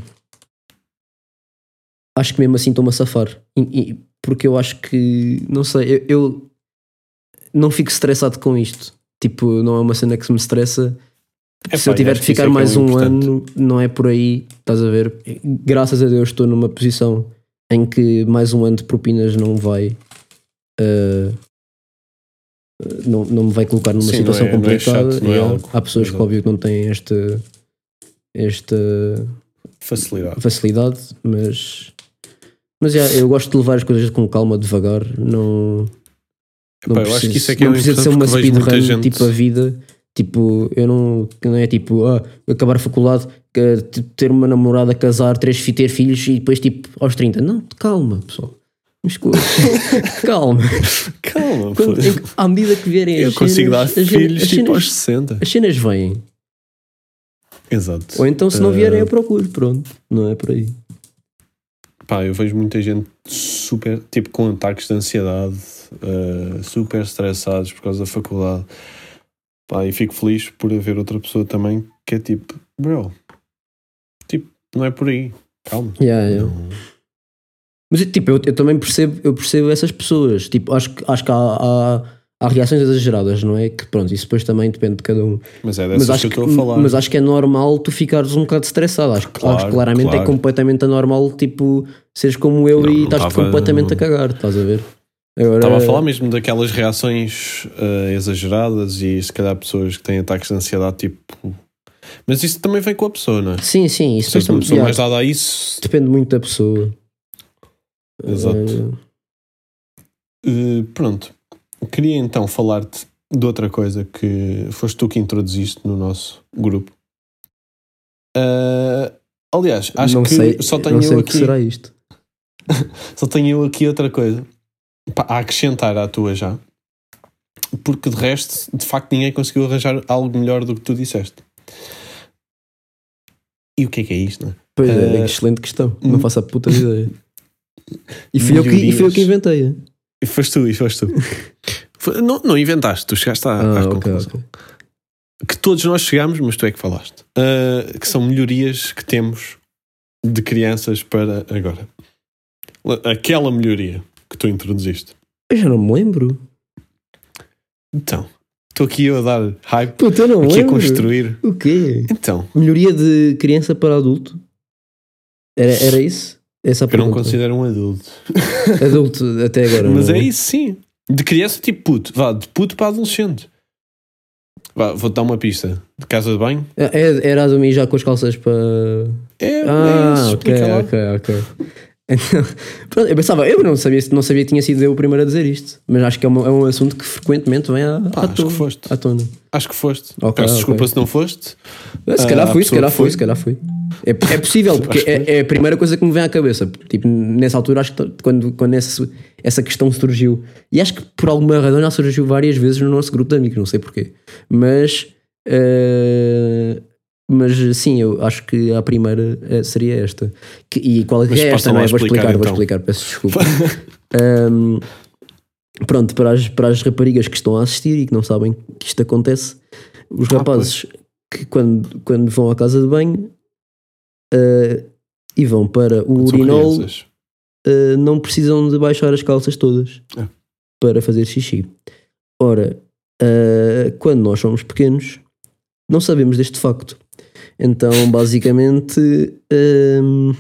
Speaker 3: acho que mesmo assim estou-me a safar. E- e- porque eu acho que, não sei, eu, eu não fico estressado com isto. Tipo, não é uma cena que se me estressa.
Speaker 2: Epá,
Speaker 3: Se eu
Speaker 2: e
Speaker 3: tiver
Speaker 2: acho
Speaker 3: de
Speaker 2: que isso
Speaker 3: ficar
Speaker 2: é que é
Speaker 3: mais
Speaker 2: o
Speaker 3: um
Speaker 2: importante.
Speaker 3: ano, não é por aí, estás a ver? Graças a Deus estou numa posição em que mais um ano de propinas não vai. eh, não, não me vai colocar numa
Speaker 2: Sim,
Speaker 3: situação
Speaker 2: não é- não é
Speaker 3: complicada.
Speaker 2: chato, não é
Speaker 3: E há-
Speaker 2: algo-
Speaker 3: há pessoas que,
Speaker 2: exato.
Speaker 3: óbvio, que não têm esta, esta
Speaker 2: Facilidade.
Speaker 3: facilidade, mas. Mas já, eu gosto de levar as coisas com calma, devagar. Não. Não
Speaker 2: Epá, eu acho que isso é que é
Speaker 3: não
Speaker 2: o
Speaker 3: precisa de ser
Speaker 2: importante,
Speaker 3: uma
Speaker 2: porque vejo muita
Speaker 3: speedrun,
Speaker 2: gente...
Speaker 3: tipo a vida. Tipo, eu não, não é tipo, ah, acabar a faculdade, que- t- ter uma namorada, casar, três, fi- ter filhos e depois, tipo, aos trinta. Não, calma, pessoal. Mas co- calma.
Speaker 2: Calma,
Speaker 3: Quando-
Speaker 2: pô.
Speaker 3: em- à medida que vierem
Speaker 2: Eu
Speaker 3: as
Speaker 2: consigo dar
Speaker 3: cenas, as
Speaker 2: filhos
Speaker 3: cenas,
Speaker 2: tipo aos
Speaker 3: as cenas,
Speaker 2: sessenta.
Speaker 3: as cenas vêm.
Speaker 2: Exato.
Speaker 3: Ou então, se não vierem,
Speaker 2: Eh,
Speaker 3: eu procuro. Pronto, não é por aí.
Speaker 2: Pá, eu vejo muita gente super, tipo, com ataques de ansiedade, eh, super estressados por causa da faculdade. Pá, e fico feliz por haver outra pessoa também que é tipo, bro, tipo, não é por aí, calma.
Speaker 3: Yeah, yeah.
Speaker 2: Não-
Speaker 3: Mas tipo, eu, eu também percebo, eu percebo essas pessoas. Tipo, acho, que- acho que há, há, há reações exageradas, não é? Que pronto, isso depois também depende de cada um.
Speaker 2: Mas é
Speaker 3: Mas
Speaker 2: dessas
Speaker 3: acho,
Speaker 2: que
Speaker 3: que,
Speaker 2: eu estou a falar.
Speaker 3: mas acho que é normal tu ficares um bocado estressado. Acho, que-
Speaker 2: Claro,
Speaker 3: acho que claramente
Speaker 2: claro.
Speaker 3: é completamente anormal, tipo, seres como eu
Speaker 2: Não,
Speaker 3: e
Speaker 2: não
Speaker 3: estás
Speaker 2: tava-
Speaker 3: completamente a cagar, estás a ver? Agora,
Speaker 2: Estava a falar mesmo daquelas reações eh, exageradas e se calhar pessoas que têm ataques de ansiedade, tipo. Mas isso também vem com a pessoa, não é?
Speaker 3: Sim, sim, isso
Speaker 2: Se és
Speaker 3: depois
Speaker 2: uma
Speaker 3: também-
Speaker 2: pessoa
Speaker 3: yeah,
Speaker 2: mais dada a isso.
Speaker 3: depende muito da pessoa.
Speaker 2: Exato. Eh, pronto. Queria então falar-te de outra coisa que foste tu que introduziste no nosso grupo. Eh, aliás,
Speaker 3: Uh,
Speaker 2: acho
Speaker 3: não
Speaker 2: que
Speaker 3: sei,
Speaker 2: só tenho
Speaker 3: não sei
Speaker 2: eu
Speaker 3: o que
Speaker 2: aqui.
Speaker 3: será isto.
Speaker 2: Só tenho eu aqui outra coisa pá, a acrescentar à tua já. Porque de resto, de facto, ninguém conseguiu arranjar algo melhor do que tu disseste. E o que é que é isto, não é?
Speaker 3: Pois é,
Speaker 2: Eh,
Speaker 3: que excelente questão. Não
Speaker 2: hum.
Speaker 3: faço a puta ideia. E fui, eu que, e fui eu que inventei.
Speaker 2: E foste tu, e foste tu. Foi- não, não inventaste, tu chegaste à, à
Speaker 3: Ah, ok,
Speaker 2: conclusão.
Speaker 3: ok.
Speaker 2: Que todos nós chegamos, mas tu é que falaste. Uh, que são melhorias que temos de crianças para agora. Aquela melhoria que tu introduziste.
Speaker 3: Eu já não me lembro.
Speaker 2: Então, Estou aqui eu a dar hype,
Speaker 3: Puta, eu não
Speaker 2: aqui a
Speaker 3: lembro.
Speaker 2: construir.
Speaker 3: O quê?
Speaker 2: Então,
Speaker 3: Melhoria de criança para adulto? Era, era isso? Essa a
Speaker 2: eu não
Speaker 3: pergunta.
Speaker 2: considero um adulto.
Speaker 3: Adulto até agora.
Speaker 2: Mas
Speaker 3: não
Speaker 2: é isso, sim. De criança, tipo puto. Vá, de puto para adolescente. Vá, vou-te dar uma pista. De casa de banho.
Speaker 3: É- Era a dormir já com as calças para.
Speaker 2: É,
Speaker 3: Ah,
Speaker 2: é isso.
Speaker 3: ok,
Speaker 2: Explica lá.
Speaker 3: ok, ok. Então, pronto, eu pensava, eu não sabia, não sabia que tinha sido eu o primeiro a dizer isto, mas acho que é um, é um assunto que frequentemente vem à,
Speaker 2: Pá,
Speaker 3: à
Speaker 2: acho
Speaker 3: tona.
Speaker 2: que foste.
Speaker 3: À tona.
Speaker 2: Acho que foste.
Speaker 3: Ok,
Speaker 2: Peço
Speaker 3: ok.
Speaker 2: desculpa se não foste.
Speaker 3: Se calhar
Speaker 2: Ah,
Speaker 3: fui,
Speaker 2: a
Speaker 3: se
Speaker 2: pessoa
Speaker 3: calhar
Speaker 2: que
Speaker 3: fui,
Speaker 2: foi.
Speaker 3: se calhar fui. É, é possível, porque
Speaker 2: Acho que
Speaker 3: é, é a primeira coisa que me vem à cabeça. Tipo, nessa altura, acho que t- quando, quando essa, essa questão surgiu, e acho que por alguma razão já surgiu várias vezes no nosso grupo de amigos, não sei porquê, mas. eh, mas sim, eu acho que a primeira eh, seria esta. Que- e qual é que
Speaker 2: Mas
Speaker 3: é
Speaker 2: passa
Speaker 3: esta?
Speaker 2: lá
Speaker 3: Não é?
Speaker 2: a
Speaker 3: Vou
Speaker 2: explicar,
Speaker 3: explicar, vou
Speaker 2: então.
Speaker 3: explicar, peço desculpa. Ahm, pronto, para as, para as raparigas que estão a assistir e que não sabem que isto acontece, os
Speaker 2: Ah,
Speaker 3: rapazes que quando, quando vão à casa de banho ah, e vão para o
Speaker 2: São
Speaker 3: urinol,
Speaker 2: crianças.
Speaker 3: ah, não precisam de baixar as calças todas
Speaker 2: Ah.
Speaker 3: para fazer xixi. Ora, ah, quando nós somos pequenos, não sabemos deste facto. Então, basicamente, hum,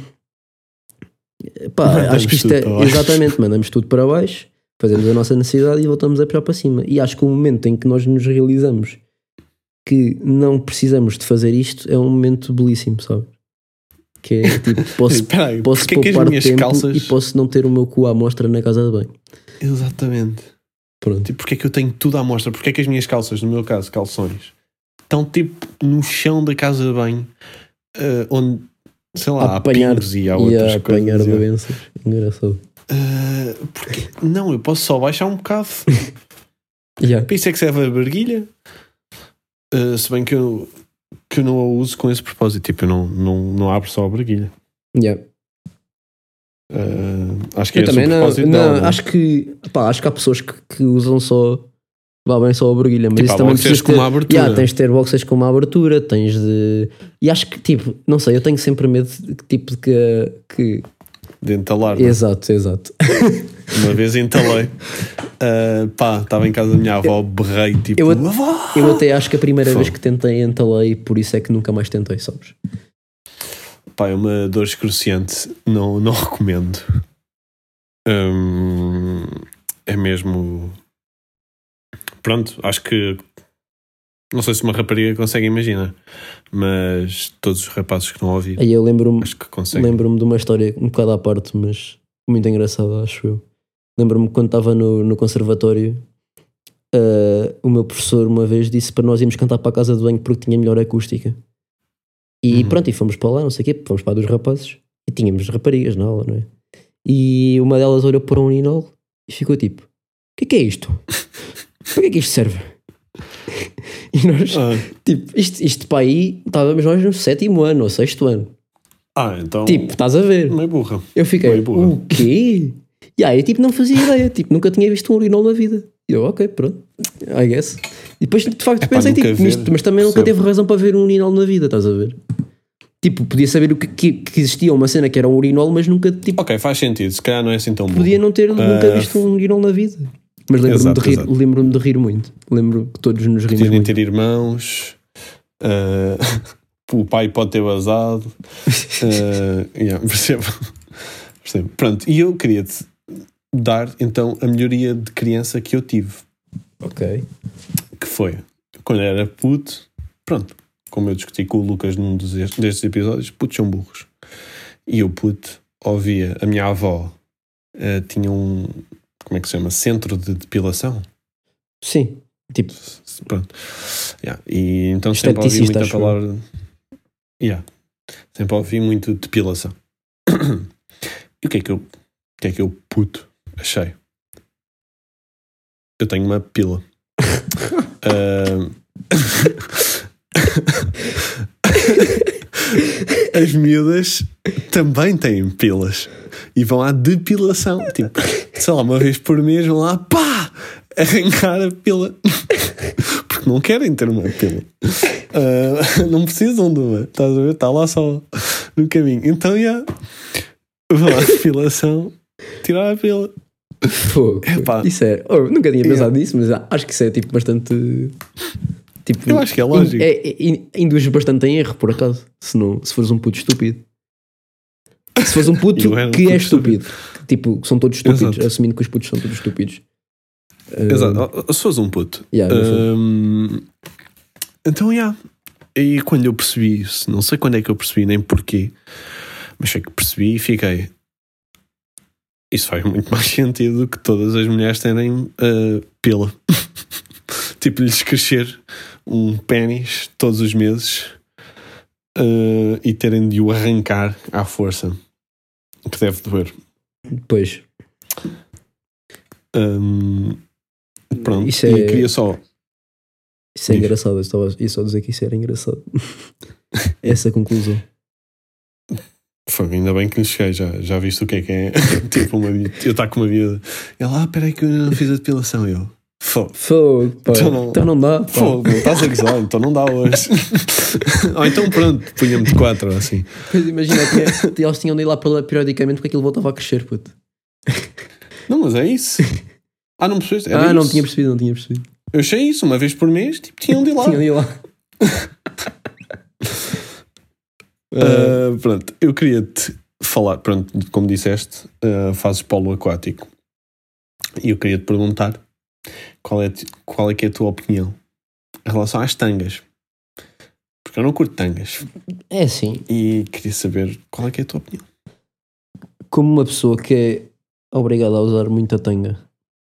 Speaker 3: pá,
Speaker 2: Mandamos
Speaker 3: acho que isto
Speaker 2: tudo
Speaker 3: é
Speaker 2: para baixo.
Speaker 3: exatamente, mandamos tudo para baixo, fazemos a nossa necessidade e voltamos a puxar para cima. E acho que o momento em que nós nos realizamos que não precisamos de fazer isto é um momento belíssimo, sabe? Que é tipo, posso,
Speaker 2: Espera aí,
Speaker 3: posso
Speaker 2: porque é que as
Speaker 3: poupar
Speaker 2: minhas
Speaker 3: tempo
Speaker 2: calças-
Speaker 3: e posso não ter o meu cu à mostra na casa de banho.
Speaker 2: Exatamente.
Speaker 3: Pronto.
Speaker 2: Tipo, porque é que eu tenho tudo à mostra? Porque é que as minhas calças, no meu caso, calções, estão tipo no chão da casa de banho, eh, onde, sei lá,
Speaker 3: A
Speaker 2: há
Speaker 3: apanhar
Speaker 2: pingos e há
Speaker 3: e
Speaker 2: outras
Speaker 3: a apanhar
Speaker 2: coisas. é.
Speaker 3: doenças. Engraçado.
Speaker 2: Eh, porque, não, eu posso só baixar um bocado.
Speaker 3: Yeah.
Speaker 2: Para isso é que serve a barguilha. Eh, se bem que eu, que eu não a uso com esse propósito. Tipo, eu não, não, não abro só a barguilha.
Speaker 3: Yeah.
Speaker 2: Eh, acho que é
Speaker 3: Eu
Speaker 2: esse
Speaker 3: também
Speaker 2: o
Speaker 3: não,
Speaker 2: propósito
Speaker 3: não,
Speaker 2: dela, não é?
Speaker 3: acho que pá, acho que há pessoas que, que usam só vá bem só a barguilha, mas
Speaker 2: Tipo,
Speaker 3: isso
Speaker 2: há
Speaker 3: também
Speaker 2: boxers
Speaker 3: precisa
Speaker 2: com
Speaker 3: ter,
Speaker 2: uma abertura.
Speaker 3: Yeah, tens de ter boxers com uma abertura, tens de e acho que tipo, não sei, eu tenho sempre medo de que tipo de que, que...
Speaker 2: De entalar. não é?
Speaker 3: exato, exato.
Speaker 2: Uma vez entalei. Eh, pá, estava em casa da minha avó, berrei tipo.
Speaker 3: Eu,
Speaker 2: "Avó!"
Speaker 3: eu até acho que a primeira
Speaker 2: Fogo.
Speaker 3: vez que tentei entalei, por isso é que nunca mais tentei, sabes?
Speaker 2: Pá, é uma dor excruciante. Não, não recomendo. Hum, é mesmo. Pronto, acho que. Não sei se uma rapariga consegue imaginar, mas todos os rapazes que não ouvir,
Speaker 3: Aí eu lembro-me
Speaker 2: acho que conseguem.
Speaker 3: lembro-me de uma história um bocado à parte, mas muito engraçada, acho eu. Lembro-me quando estava no, no conservatório, eh, o meu professor uma vez disse para nós irmos cantar para a casa de banho porque tinha melhor acústica. E
Speaker 2: Uhum.
Speaker 3: pronto, e fomos para lá, não sei o quê, fomos para a dos rapazes e tínhamos raparigas na aula, não é? E uma delas olhou para um urinol e ficou tipo: o que é que é isto? Para que é que isto serve? E nós,
Speaker 2: Ah,
Speaker 3: tipo, isto, isto para aí, estávamos nós no sétimo ano ou sexto ano.
Speaker 2: ah, então.
Speaker 3: Tipo, estás a ver?
Speaker 2: Meio burra.
Speaker 3: Eu fiquei,
Speaker 2: Meio burra.
Speaker 3: o quê? E aí eu tipo não fazia ideia, tipo, nunca tinha visto um urinol na vida. E eu, ok, pronto, I guess. E depois de facto
Speaker 2: Epá,
Speaker 3: pensei
Speaker 2: nunca
Speaker 3: tipo,
Speaker 2: ver,
Speaker 3: nisto, mas também nunca
Speaker 2: percebo.
Speaker 3: teve razão para ver um urinol na vida, estás a ver? Tipo, podia saber o que, que, que existia uma cena que era um urinol, mas nunca, tipo,
Speaker 2: Ok, faz sentido. Se calhar não é assim tão bom.
Speaker 3: podia não ter nunca visto um urinol na vida. Mas lembro-me
Speaker 2: Exato,
Speaker 3: de rir,
Speaker 2: exato.
Speaker 3: lembro-me de rir muito. Lembro que todos nos rimos
Speaker 2: Podem
Speaker 3: muito.
Speaker 2: ter irmãos. ah, o pai pode ter vazado. ah, yeah, percebo. Percebo. Pronto, e eu queria-te dar então a melhoria de criança que eu tive.
Speaker 3: Ok.
Speaker 2: Que foi quando eu era puto. Pronto, como eu discuti com o Lucas num dos, destes episódios, putos são burros. E eu, puto, ouvia a minha avó ah, tinha um, como é que se chama? Centro de depilação.
Speaker 3: Sim, tipo,
Speaker 2: Pronto. Yeah. E então sempre ouvi
Speaker 3: Esteticista,
Speaker 2: muita
Speaker 3: acho eu.
Speaker 2: palavra. Yeah. Sempre ouvi muito depilação. E o que é que eu, o que é que eu puto achei? Eu tenho uma pila. Ah, As miúdas também têm pilas e vão à depilação. Tipo, sei lá, uma vez por mês vão lá, pá, arrancar a pila. Porque não querem ter uma pila. Ah, não precisam de uma. Estás a ver? Está lá só no caminho. Então, já, vão à depilação, tirar a pila.
Speaker 3: Fogo.
Speaker 2: Epá.
Speaker 3: Isso é. Oh, nunca tinha
Speaker 2: Yeah.
Speaker 3: pensado nisso, mas acho que isso é tipo bastante. Tipo,
Speaker 2: Eu acho que é lógico.
Speaker 3: in- É, é, in- induz bastante em erro, por acaso. Se, não, se fores um puto estúpido. Se fores um puto
Speaker 2: Eu era um
Speaker 3: que é
Speaker 2: puto
Speaker 3: estúpido. Tipo, que são todos estúpidos,
Speaker 2: Exato.
Speaker 3: assumindo que os putos são todos estúpidos. Uh,
Speaker 2: Exato. Se fosse um puto.
Speaker 3: Yeah, eu sou.
Speaker 2: Hum, então, já. Yeah. E quando eu percebi isso, não sei quando é que eu percebi, nem porquê, mas sei que percebi e fiquei. Isso faz muito mais sentido que todas as mulheres terem uh, pila. Tipo, lhes crescer um pênis todos os meses uh, e terem de o arrancar à força. Que deve doer.
Speaker 3: Pois.
Speaker 2: Um, pronto.
Speaker 3: Isso é-
Speaker 2: E queria só.
Speaker 3: Isso é
Speaker 2: Diz.
Speaker 3: engraçado. Eu estava ia só dizer que isso era engraçado. Essa conclusão.
Speaker 2: Foi, ainda bem que lhe cheguei, já, já viste o que é que é. Tipo, uma, eu estar com uma vida. Ele, ah, peraí que eu ainda não fiz a depilação. Eu, fogo.
Speaker 3: Fogo, pá.
Speaker 2: Então não-
Speaker 3: Então não dá. pá.
Speaker 2: Fogo, estás a gozar, então não dá hoje. Ou então pronto, punha-me de quatro ou assim.
Speaker 3: Pois imagina, tinha, eles tinham de ir lá para lá periodicamente porque aquilo voltava a crescer, puto.
Speaker 2: Não, mas é isso. Ah, não percebeste? Era
Speaker 3: Ah,
Speaker 2: isso.
Speaker 3: não tinha percebido, não tinha percebido.
Speaker 2: Eu achei isso, uma vez por mês, tipo, tinham de ir lá.
Speaker 3: Tinham de ir lá.
Speaker 2: Uh, pronto, eu queria-te falar, pronto, como disseste, uh, fazes polo aquático. E eu queria-te perguntar qual é, qual é que é a tua opinião em relação às tangas. Porque eu não curto tangas.
Speaker 3: É assim,
Speaker 2: E queria saber qual é que é a tua opinião.
Speaker 3: como uma pessoa que é obrigada a usar muita tanga,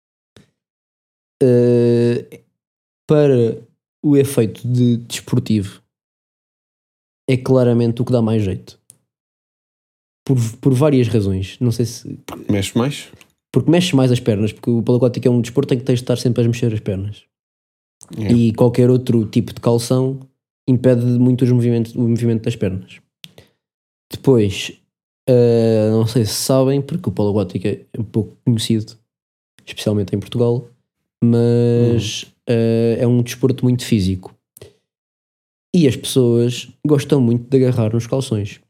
Speaker 3: eh, para o efeito de desportivo, é claramente o que dá mais jeito. Por, por várias razões. Não sei se.
Speaker 2: Mexes mais?
Speaker 3: Porque mexe mais as pernas, porque o polo aquático é um desporto em que tens de estar sempre a mexer as pernas.
Speaker 2: Yeah.
Speaker 3: E qualquer outro tipo de calção impede muito os movimentos, o movimento das pernas. Depois, uh, não sei se sabem, porque o polo aquático é um pouco conhecido, especialmente em Portugal, mas uh, é um desporto muito físico. E as pessoas gostam muito de agarrar nos calções.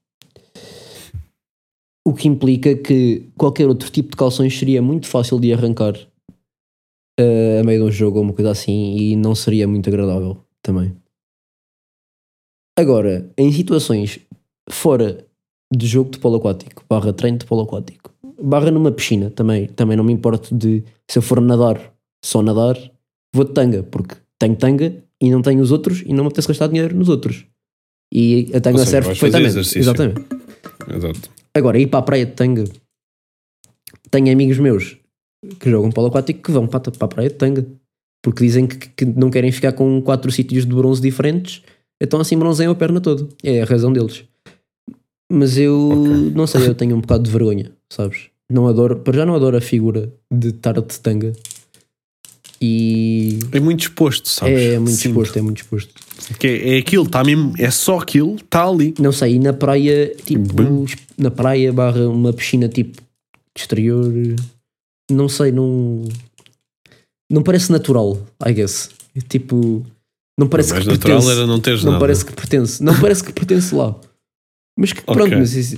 Speaker 3: O que implica que qualquer outro tipo de calções seria muito fácil de arrancar uh, a meio de um jogo ou uma coisa assim e não seria muito agradável também. Agora, em situações fora de jogo de polo aquático, barra treino de polo aquático, barra numa piscina também, também não me importo de, se eu for nadar, só nadar, vou de tanga, porque tenho tanga e não tenho os outros e não me apetece gastar dinheiro nos outros. E a tanga
Speaker 2: Ou seja,
Speaker 3: serve
Speaker 2: vais fazer
Speaker 3: perfeitamente.
Speaker 2: exercício.
Speaker 3: Exatamente.
Speaker 2: Exato.
Speaker 3: Agora, ir para a praia de tanga, tenho amigos meus que jogam polo aquático que vão para, para a praia de tanga porque dizem que, que não querem ficar com quatro sítios de bronze diferentes, então assim bronzeiam a perna toda. É a razão deles. Mas eu
Speaker 2: Ok.
Speaker 3: não sei, eu tenho um bocado de vergonha, sabes? Não adoro, para já não adoro a figura de estar de tanga. E
Speaker 2: É muito exposto, sabes?
Speaker 3: é muito
Speaker 2: Sinto.
Speaker 3: exposto, é muito exposto.
Speaker 2: Que é, é aquilo, está mesmo, é só aquilo, está ali.
Speaker 3: Não sei, e na praia, tipo,
Speaker 2: Bem.
Speaker 3: na praia barra uma piscina tipo de exterior, não sei, não não parece natural, I guess. Tipo, não parece
Speaker 2: O mais
Speaker 3: que
Speaker 2: natural
Speaker 3: pertence,
Speaker 2: era não teres
Speaker 3: não
Speaker 2: nada.
Speaker 3: parece que pertence, não parece que pertence lá. Mas que pronto,
Speaker 2: Ok.
Speaker 3: mas isso,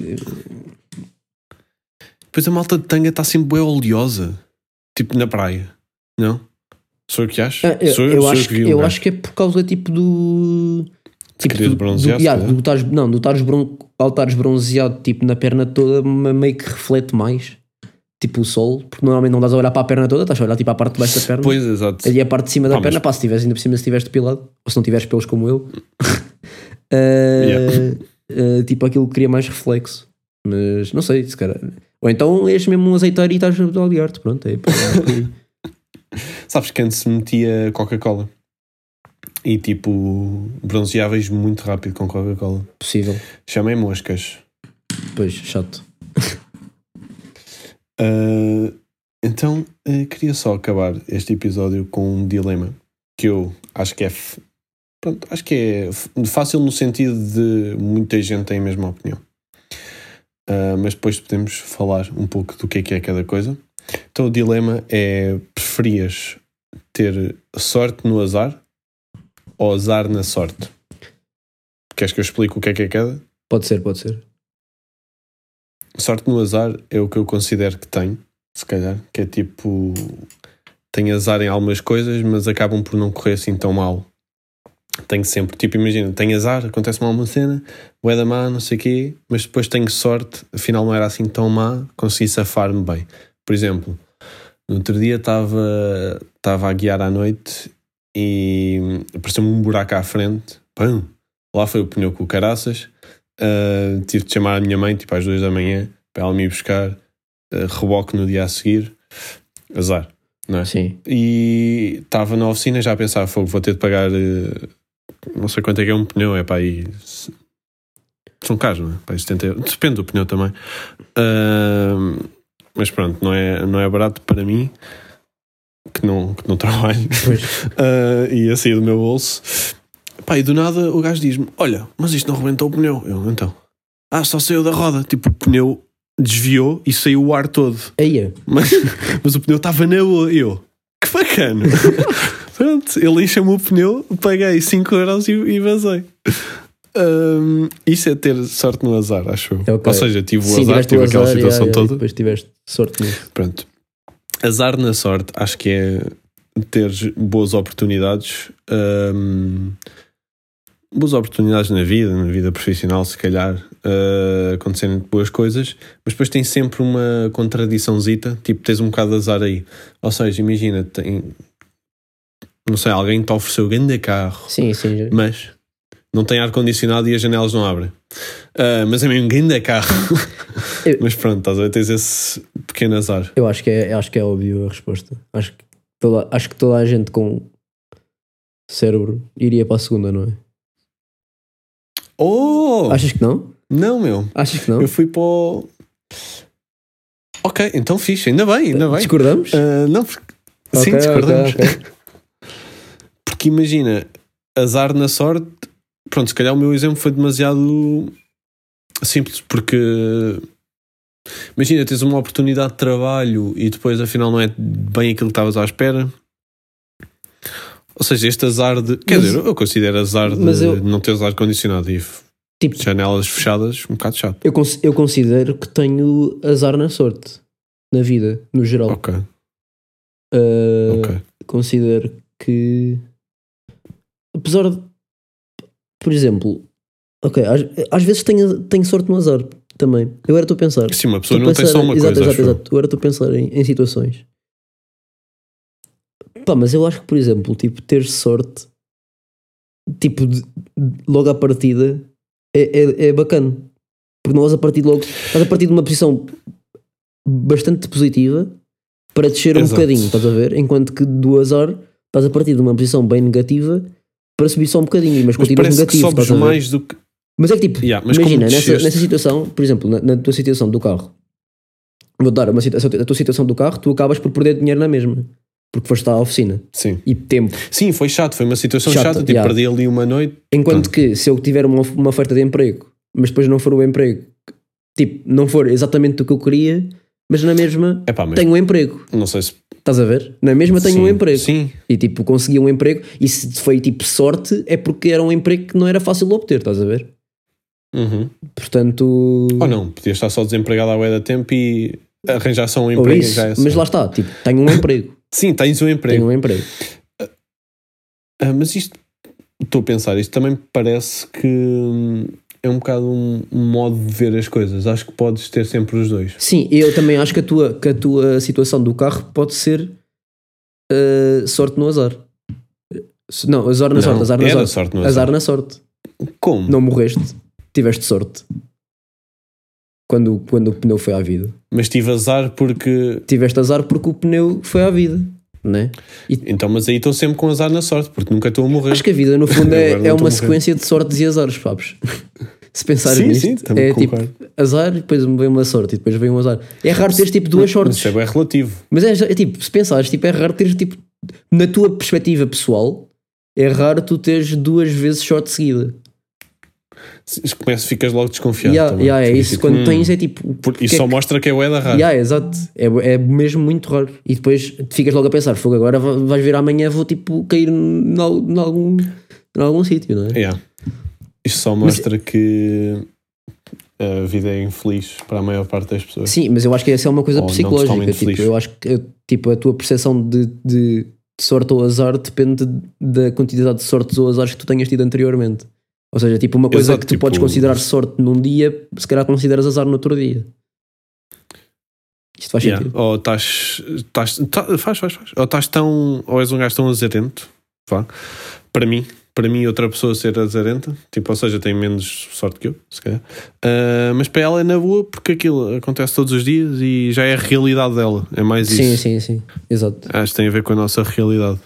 Speaker 2: Depois a malta de tanga está sempre bué oleosa. Tipo na praia. Não? Sou eu que acho?
Speaker 3: Ah, eu,
Speaker 2: Sou
Speaker 3: eu
Speaker 2: sou
Speaker 3: acho,
Speaker 2: que vi um
Speaker 3: eu
Speaker 2: gajo.
Speaker 3: acho que é por causa tipo do tipo
Speaker 2: querer
Speaker 3: do,
Speaker 2: bronzear,
Speaker 3: do,
Speaker 2: se
Speaker 3: yeah,
Speaker 2: calhar.
Speaker 3: do tares, não, do tares bron, ao estares bronzeado tipo na perna toda, ma- meio que reflete mais tipo o sol, porque normalmente não estás a olhar para a perna toda, estás a olhar tipo à parte de baixo da perna.
Speaker 2: Pois, exato.
Speaker 3: Ali a parte de cima da
Speaker 2: Pá,
Speaker 3: perna,
Speaker 2: mas-
Speaker 3: pá, se tiveres ainda por cima, se tiveres depilado, ou se não tiveres pelos como eu, uh,
Speaker 2: Yeah.
Speaker 3: uh, tipo aquilo cria mais reflexo. Mas não sei, se calhar. Ou então és mesmo um azeiteiro e estás a aliar-te, pronto, é, é por aí.
Speaker 2: Sabes que antes se metia Coca-Cola. E tipo, bronzeáveis muito rápido com Coca-Cola.
Speaker 3: Possível,
Speaker 2: Chamei moscas.
Speaker 3: pois, chato.
Speaker 2: Ah, então, ah, queria só acabar este episódio com um dilema que eu acho que é f- pronto, acho que é f- fácil no sentido de muita gente tem a mesma opinião. Ah, mas depois podemos falar um pouco do que é que é cada coisa. Então o dilema é: preferias ter sorte no azar ou azar na sorte? Queres que eu explique o que é que é cada?
Speaker 3: Pode ser, pode ser.
Speaker 2: Sorte no azar é o que eu considero que tenho, se calhar, que é tipo, tem azar em algumas coisas, mas acabam por não correr assim tão mal. Tenho sempre, tipo, imagina, tenho azar, acontece-me alguma cena, bué da má, não sei o quê, mas depois tenho sorte, afinal não era assim tão má, consegui safar-me bem. Por exemplo, no outro dia estava estava a guiar à noite e apareceu-me um buraco à frente, pum, lá foi o pneu com o caraças, uh, tive de chamar a minha mãe, tipo às duas da manhã, para ela me ir buscar, uh, reboque no dia a seguir, azar, não é?
Speaker 3: Sim.
Speaker 2: E estava na oficina já a pensar, fogo, vou ter de pagar, uh, não sei quanto é que é um pneu, é para aí, são caros, não é? Para aí setenta euros, depende do pneu também. Uh, mas pronto, não é, não é barato para mim, que não, que não trabalho, uh, e a sair do meu bolso. Pá, e do nada o gajo diz-me, olha, mas isto não rebentou o pneu. Eu, então, ah, só saiu da roda, tipo, o pneu desviou e saiu o ar todo.
Speaker 3: Eia.
Speaker 2: Mas, mas o pneu estava na boa. Eu, que bacana. Pronto, ele chamou o pneu, paguei cinco euros e, e vazei. Um, isso é ter sorte no azar, acho eu.
Speaker 3: Okay.
Speaker 2: Ou seja, tive o
Speaker 3: Sim,
Speaker 2: azar, tive aquela
Speaker 3: azar,
Speaker 2: situação
Speaker 3: yeah,
Speaker 2: toda.
Speaker 3: yeah, depois tiveste sorte nisso.
Speaker 2: Pronto. Azar na sorte, acho que é ter boas oportunidades, um, boas oportunidades na vida, na vida profissional, se calhar, uh, acontecerem boas coisas, mas depois tem sempre uma contradiçãozita, tipo, tens um bocado de azar aí. Ou seja, imagina, tem, não sei, alguém te ofereceu um grande carro,
Speaker 3: sim, sim,
Speaker 2: mas não tem ar-condicionado e as janelas não abrem. Uh, mas é mesmo um grande carro.
Speaker 3: Eu,
Speaker 2: mas pronto, estás a ver, tens esse pequeno azar.
Speaker 3: Eu acho que é, acho que é óbvio a resposta. Acho que, toda, acho que toda a gente com cérebro iria para a segunda, não é?
Speaker 2: Oh!
Speaker 3: Achas que não?
Speaker 2: Não, meu.
Speaker 3: Achas que não?
Speaker 2: Eu fui para o... Ok, então fixe, ainda bem, ainda bem.
Speaker 3: Discordamos?
Speaker 2: Uh, não, porque...
Speaker 3: Okay,
Speaker 2: Sim, discordamos.
Speaker 3: okay, okay.
Speaker 2: Porque imagina, azar na sorte, pronto, se calhar o meu exemplo foi demasiado simples, porque imagina, tens uma oportunidade de trabalho e depois afinal não é bem aquilo que estavas à espera. Ou seja, este azar de... Quer
Speaker 3: mas,
Speaker 2: dizer, eu considero azar de
Speaker 3: eu,
Speaker 2: não teres ar-condicionado e tipo, janelas fechadas um bocado chato.
Speaker 3: Eu, eu considero que tenho azar na sorte, na vida, no geral.
Speaker 2: Ok.
Speaker 3: Uh,
Speaker 2: okay.
Speaker 3: Considero que, apesar de, por exemplo, ok, às, às vezes tenho, tenho sorte no azar também. Eu era estou a pensar.
Speaker 2: Sim, uma pessoa
Speaker 3: não
Speaker 2: pensar, tem só uma
Speaker 3: exato,
Speaker 2: coisa.
Speaker 3: Exato, exato. Eu era estou a pensar em, em situações. Pá, mas eu acho que, por exemplo, tipo, ter sorte, tipo, de, de, logo à partida é, é, é bacana. Porque não vas a partir de logo, estás a partir de uma posição bastante positiva para descer um
Speaker 2: exato.
Speaker 3: bocadinho, estás a ver? Enquanto que do azar estás a partir de uma posição bem negativa para subir só um bocadinho, mas, mas continuas negativo.
Speaker 2: Que sobes mais do que...
Speaker 3: Mas é que tipo,
Speaker 2: yeah,
Speaker 3: imagina, nessa, nessa situação, por exemplo, na, na tua situação do carro, vou dar uma situação, a tua situação do carro, tu acabas por perder dinheiro na mesma, porque foste à oficina.
Speaker 2: Sim.
Speaker 3: E tempo.
Speaker 2: Sim, foi chato, foi uma situação chata, chata tipo,
Speaker 3: yeah.
Speaker 2: perdi ali uma noite.
Speaker 3: Enquanto
Speaker 2: pronto.
Speaker 3: que se eu tiver uma, uma oferta de emprego, mas depois não for o emprego, tipo, não for exatamente o que eu queria, mas na mesma
Speaker 2: Epá, mas
Speaker 3: tenho um emprego.
Speaker 2: Não sei se...
Speaker 3: Estás a ver? Na mesma tenho
Speaker 2: sim,
Speaker 3: um emprego.
Speaker 2: Sim.
Speaker 3: E tipo, consegui um emprego. E se foi tipo sorte, é porque era um emprego que não era fácil de obter, estás a ver?
Speaker 2: Uhum.
Speaker 3: Portanto...
Speaker 2: Ou não, podias estar só desempregado há bué da tempo e arranjar só um emprego.
Speaker 3: Isso,
Speaker 2: já é
Speaker 3: mas lá está, tipo, tenho um emprego.
Speaker 2: Sim, tens um emprego.
Speaker 3: Tenho um emprego.
Speaker 2: Ah, mas isto, estou a pensar, isto também parece que hum, é um bocado um, um modo de ver as coisas. Acho que podes ter sempre os dois.
Speaker 3: Sim, eu também acho que a tua, que a tua situação do carro pode ser uh, sorte no azar. Não, azar na
Speaker 2: não,
Speaker 3: sorte, azar na
Speaker 2: era
Speaker 3: sorte.
Speaker 2: sorte no azar.
Speaker 3: Azar na sorte.
Speaker 2: Como?
Speaker 3: Não morreste, tiveste sorte. Quando, quando o pneu foi à vida.
Speaker 2: Mas tive azar porque...
Speaker 3: Tiveste azar porque o pneu foi à vida, não é? E...
Speaker 2: Então, mas aí estou sempre com azar na sorte, porque nunca estou a morrer.
Speaker 3: Acho que a vida, no fundo, é, é uma sequência de sortes e azares, sabes? Se pensares
Speaker 2: sim,
Speaker 3: nisto,
Speaker 2: sim,
Speaker 3: é
Speaker 2: concordo.
Speaker 3: tipo azar, depois vem uma sorte e depois vem um azar. É raro teres tipo duas sortes.
Speaker 2: Isso é bem relativo.
Speaker 3: Mas é, é tipo, se pensares, tipo, é raro teres tipo, na tua perspectiva pessoal, é raro tu teres duas vezes sorte seguida.
Speaker 2: Se começas, ficas logo desconfiado.
Speaker 3: Yeah, yeah, é isso,
Speaker 2: tipo,
Speaker 3: quando
Speaker 2: hum,
Speaker 3: tens é tipo.
Speaker 2: Por, isso só é que... mostra que é bué da raro.
Speaker 3: Yeah, exato, é, é mesmo muito raro. E depois ficas logo a pensar, fogo, agora vais ver amanhã, vou tipo cair em algum, em algum sítio, não é?
Speaker 2: Yeah. Isto só mostra Mas... que a vida é infeliz para a maior parte das pessoas.
Speaker 3: Sim, mas eu acho que essa é uma coisa
Speaker 2: Ou não
Speaker 3: psicológica.
Speaker 2: totalmente
Speaker 3: Tipo,
Speaker 2: feliz.
Speaker 3: eu acho que tipo, a tua percepção de, de sorte ou azar depende da quantidade de sortes ou azares que tu tenhas tido anteriormente. Ou seja, tipo, uma coisa
Speaker 2: Exato,
Speaker 3: que tu
Speaker 2: tipo-
Speaker 3: podes considerar sorte num dia, se calhar consideras azar no outro dia. Isto faz
Speaker 2: Yeah.
Speaker 3: sentido.
Speaker 2: Ou estás, estás tá- faz, faz, faz. Ou estás tão, ou és um gajo tão azarento, vá. Para mim, para mim outra pessoa ser azarenta, tipo, ou seja, tem menos sorte que eu, se calhar. Ah, mas para ela é na boa porque aquilo acontece todos os dias e já é a realidade dela, é mais
Speaker 3: Sim,
Speaker 2: isso.
Speaker 3: sim, sim. Exato.
Speaker 2: Acho que tem a ver com a nossa realidade.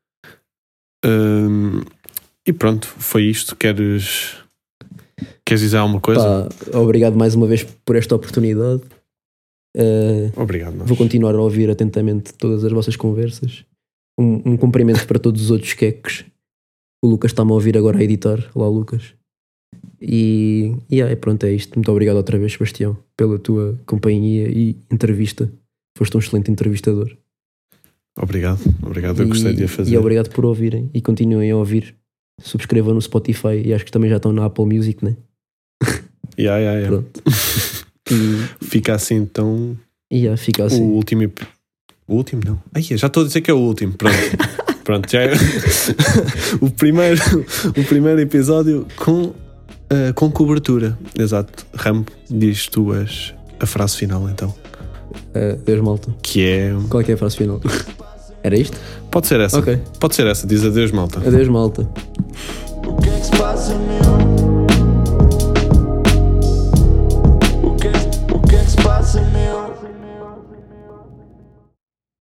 Speaker 2: Ahm, e pronto, foi isto. Queres, queres dizer alguma coisa?
Speaker 3: Pá, obrigado mais uma vez por esta oportunidade. Uh,
Speaker 2: Obrigado. nós.
Speaker 3: vou continuar a ouvir atentamente todas as vossas conversas. Um, um cumprimento para todos os outros queques. O Lucas está-me a ouvir agora a editar. Olá, Lucas. E, e é, pronto, é isto. Muito obrigado outra vez, Sebastião, pela tua companhia e entrevista. Foste um excelente entrevistador.
Speaker 2: Obrigado, obrigado. Eu
Speaker 3: e,
Speaker 2: gostei de a fazer.
Speaker 3: E obrigado por ouvirem e continuem a ouvir. Subscrevam no Spotify e acho que também já estão na Apple Music, né?
Speaker 2: Yeah, yeah, yeah.
Speaker 3: Pronto. E,
Speaker 2: Fica assim então.
Speaker 3: e yeah, fica assim.
Speaker 2: O último. ep- O último não. Ai, já estou a dizer que é o último. Pronto. Pronto, já é. o, primeiro, o primeiro episódio com, uh, com cobertura. Exato. Rambo, diz tu as, a frase final então.
Speaker 3: Uh, Deus, malta.
Speaker 2: Que é.
Speaker 3: Qual é que é a frase final? Era isto?
Speaker 2: Pode ser essa.
Speaker 3: Ok.
Speaker 2: Pode ser essa. Diz adeus, malta.
Speaker 3: Adeus, malta.
Speaker 1: O que é que se passa, meu? O que, o que é que se passa, meu?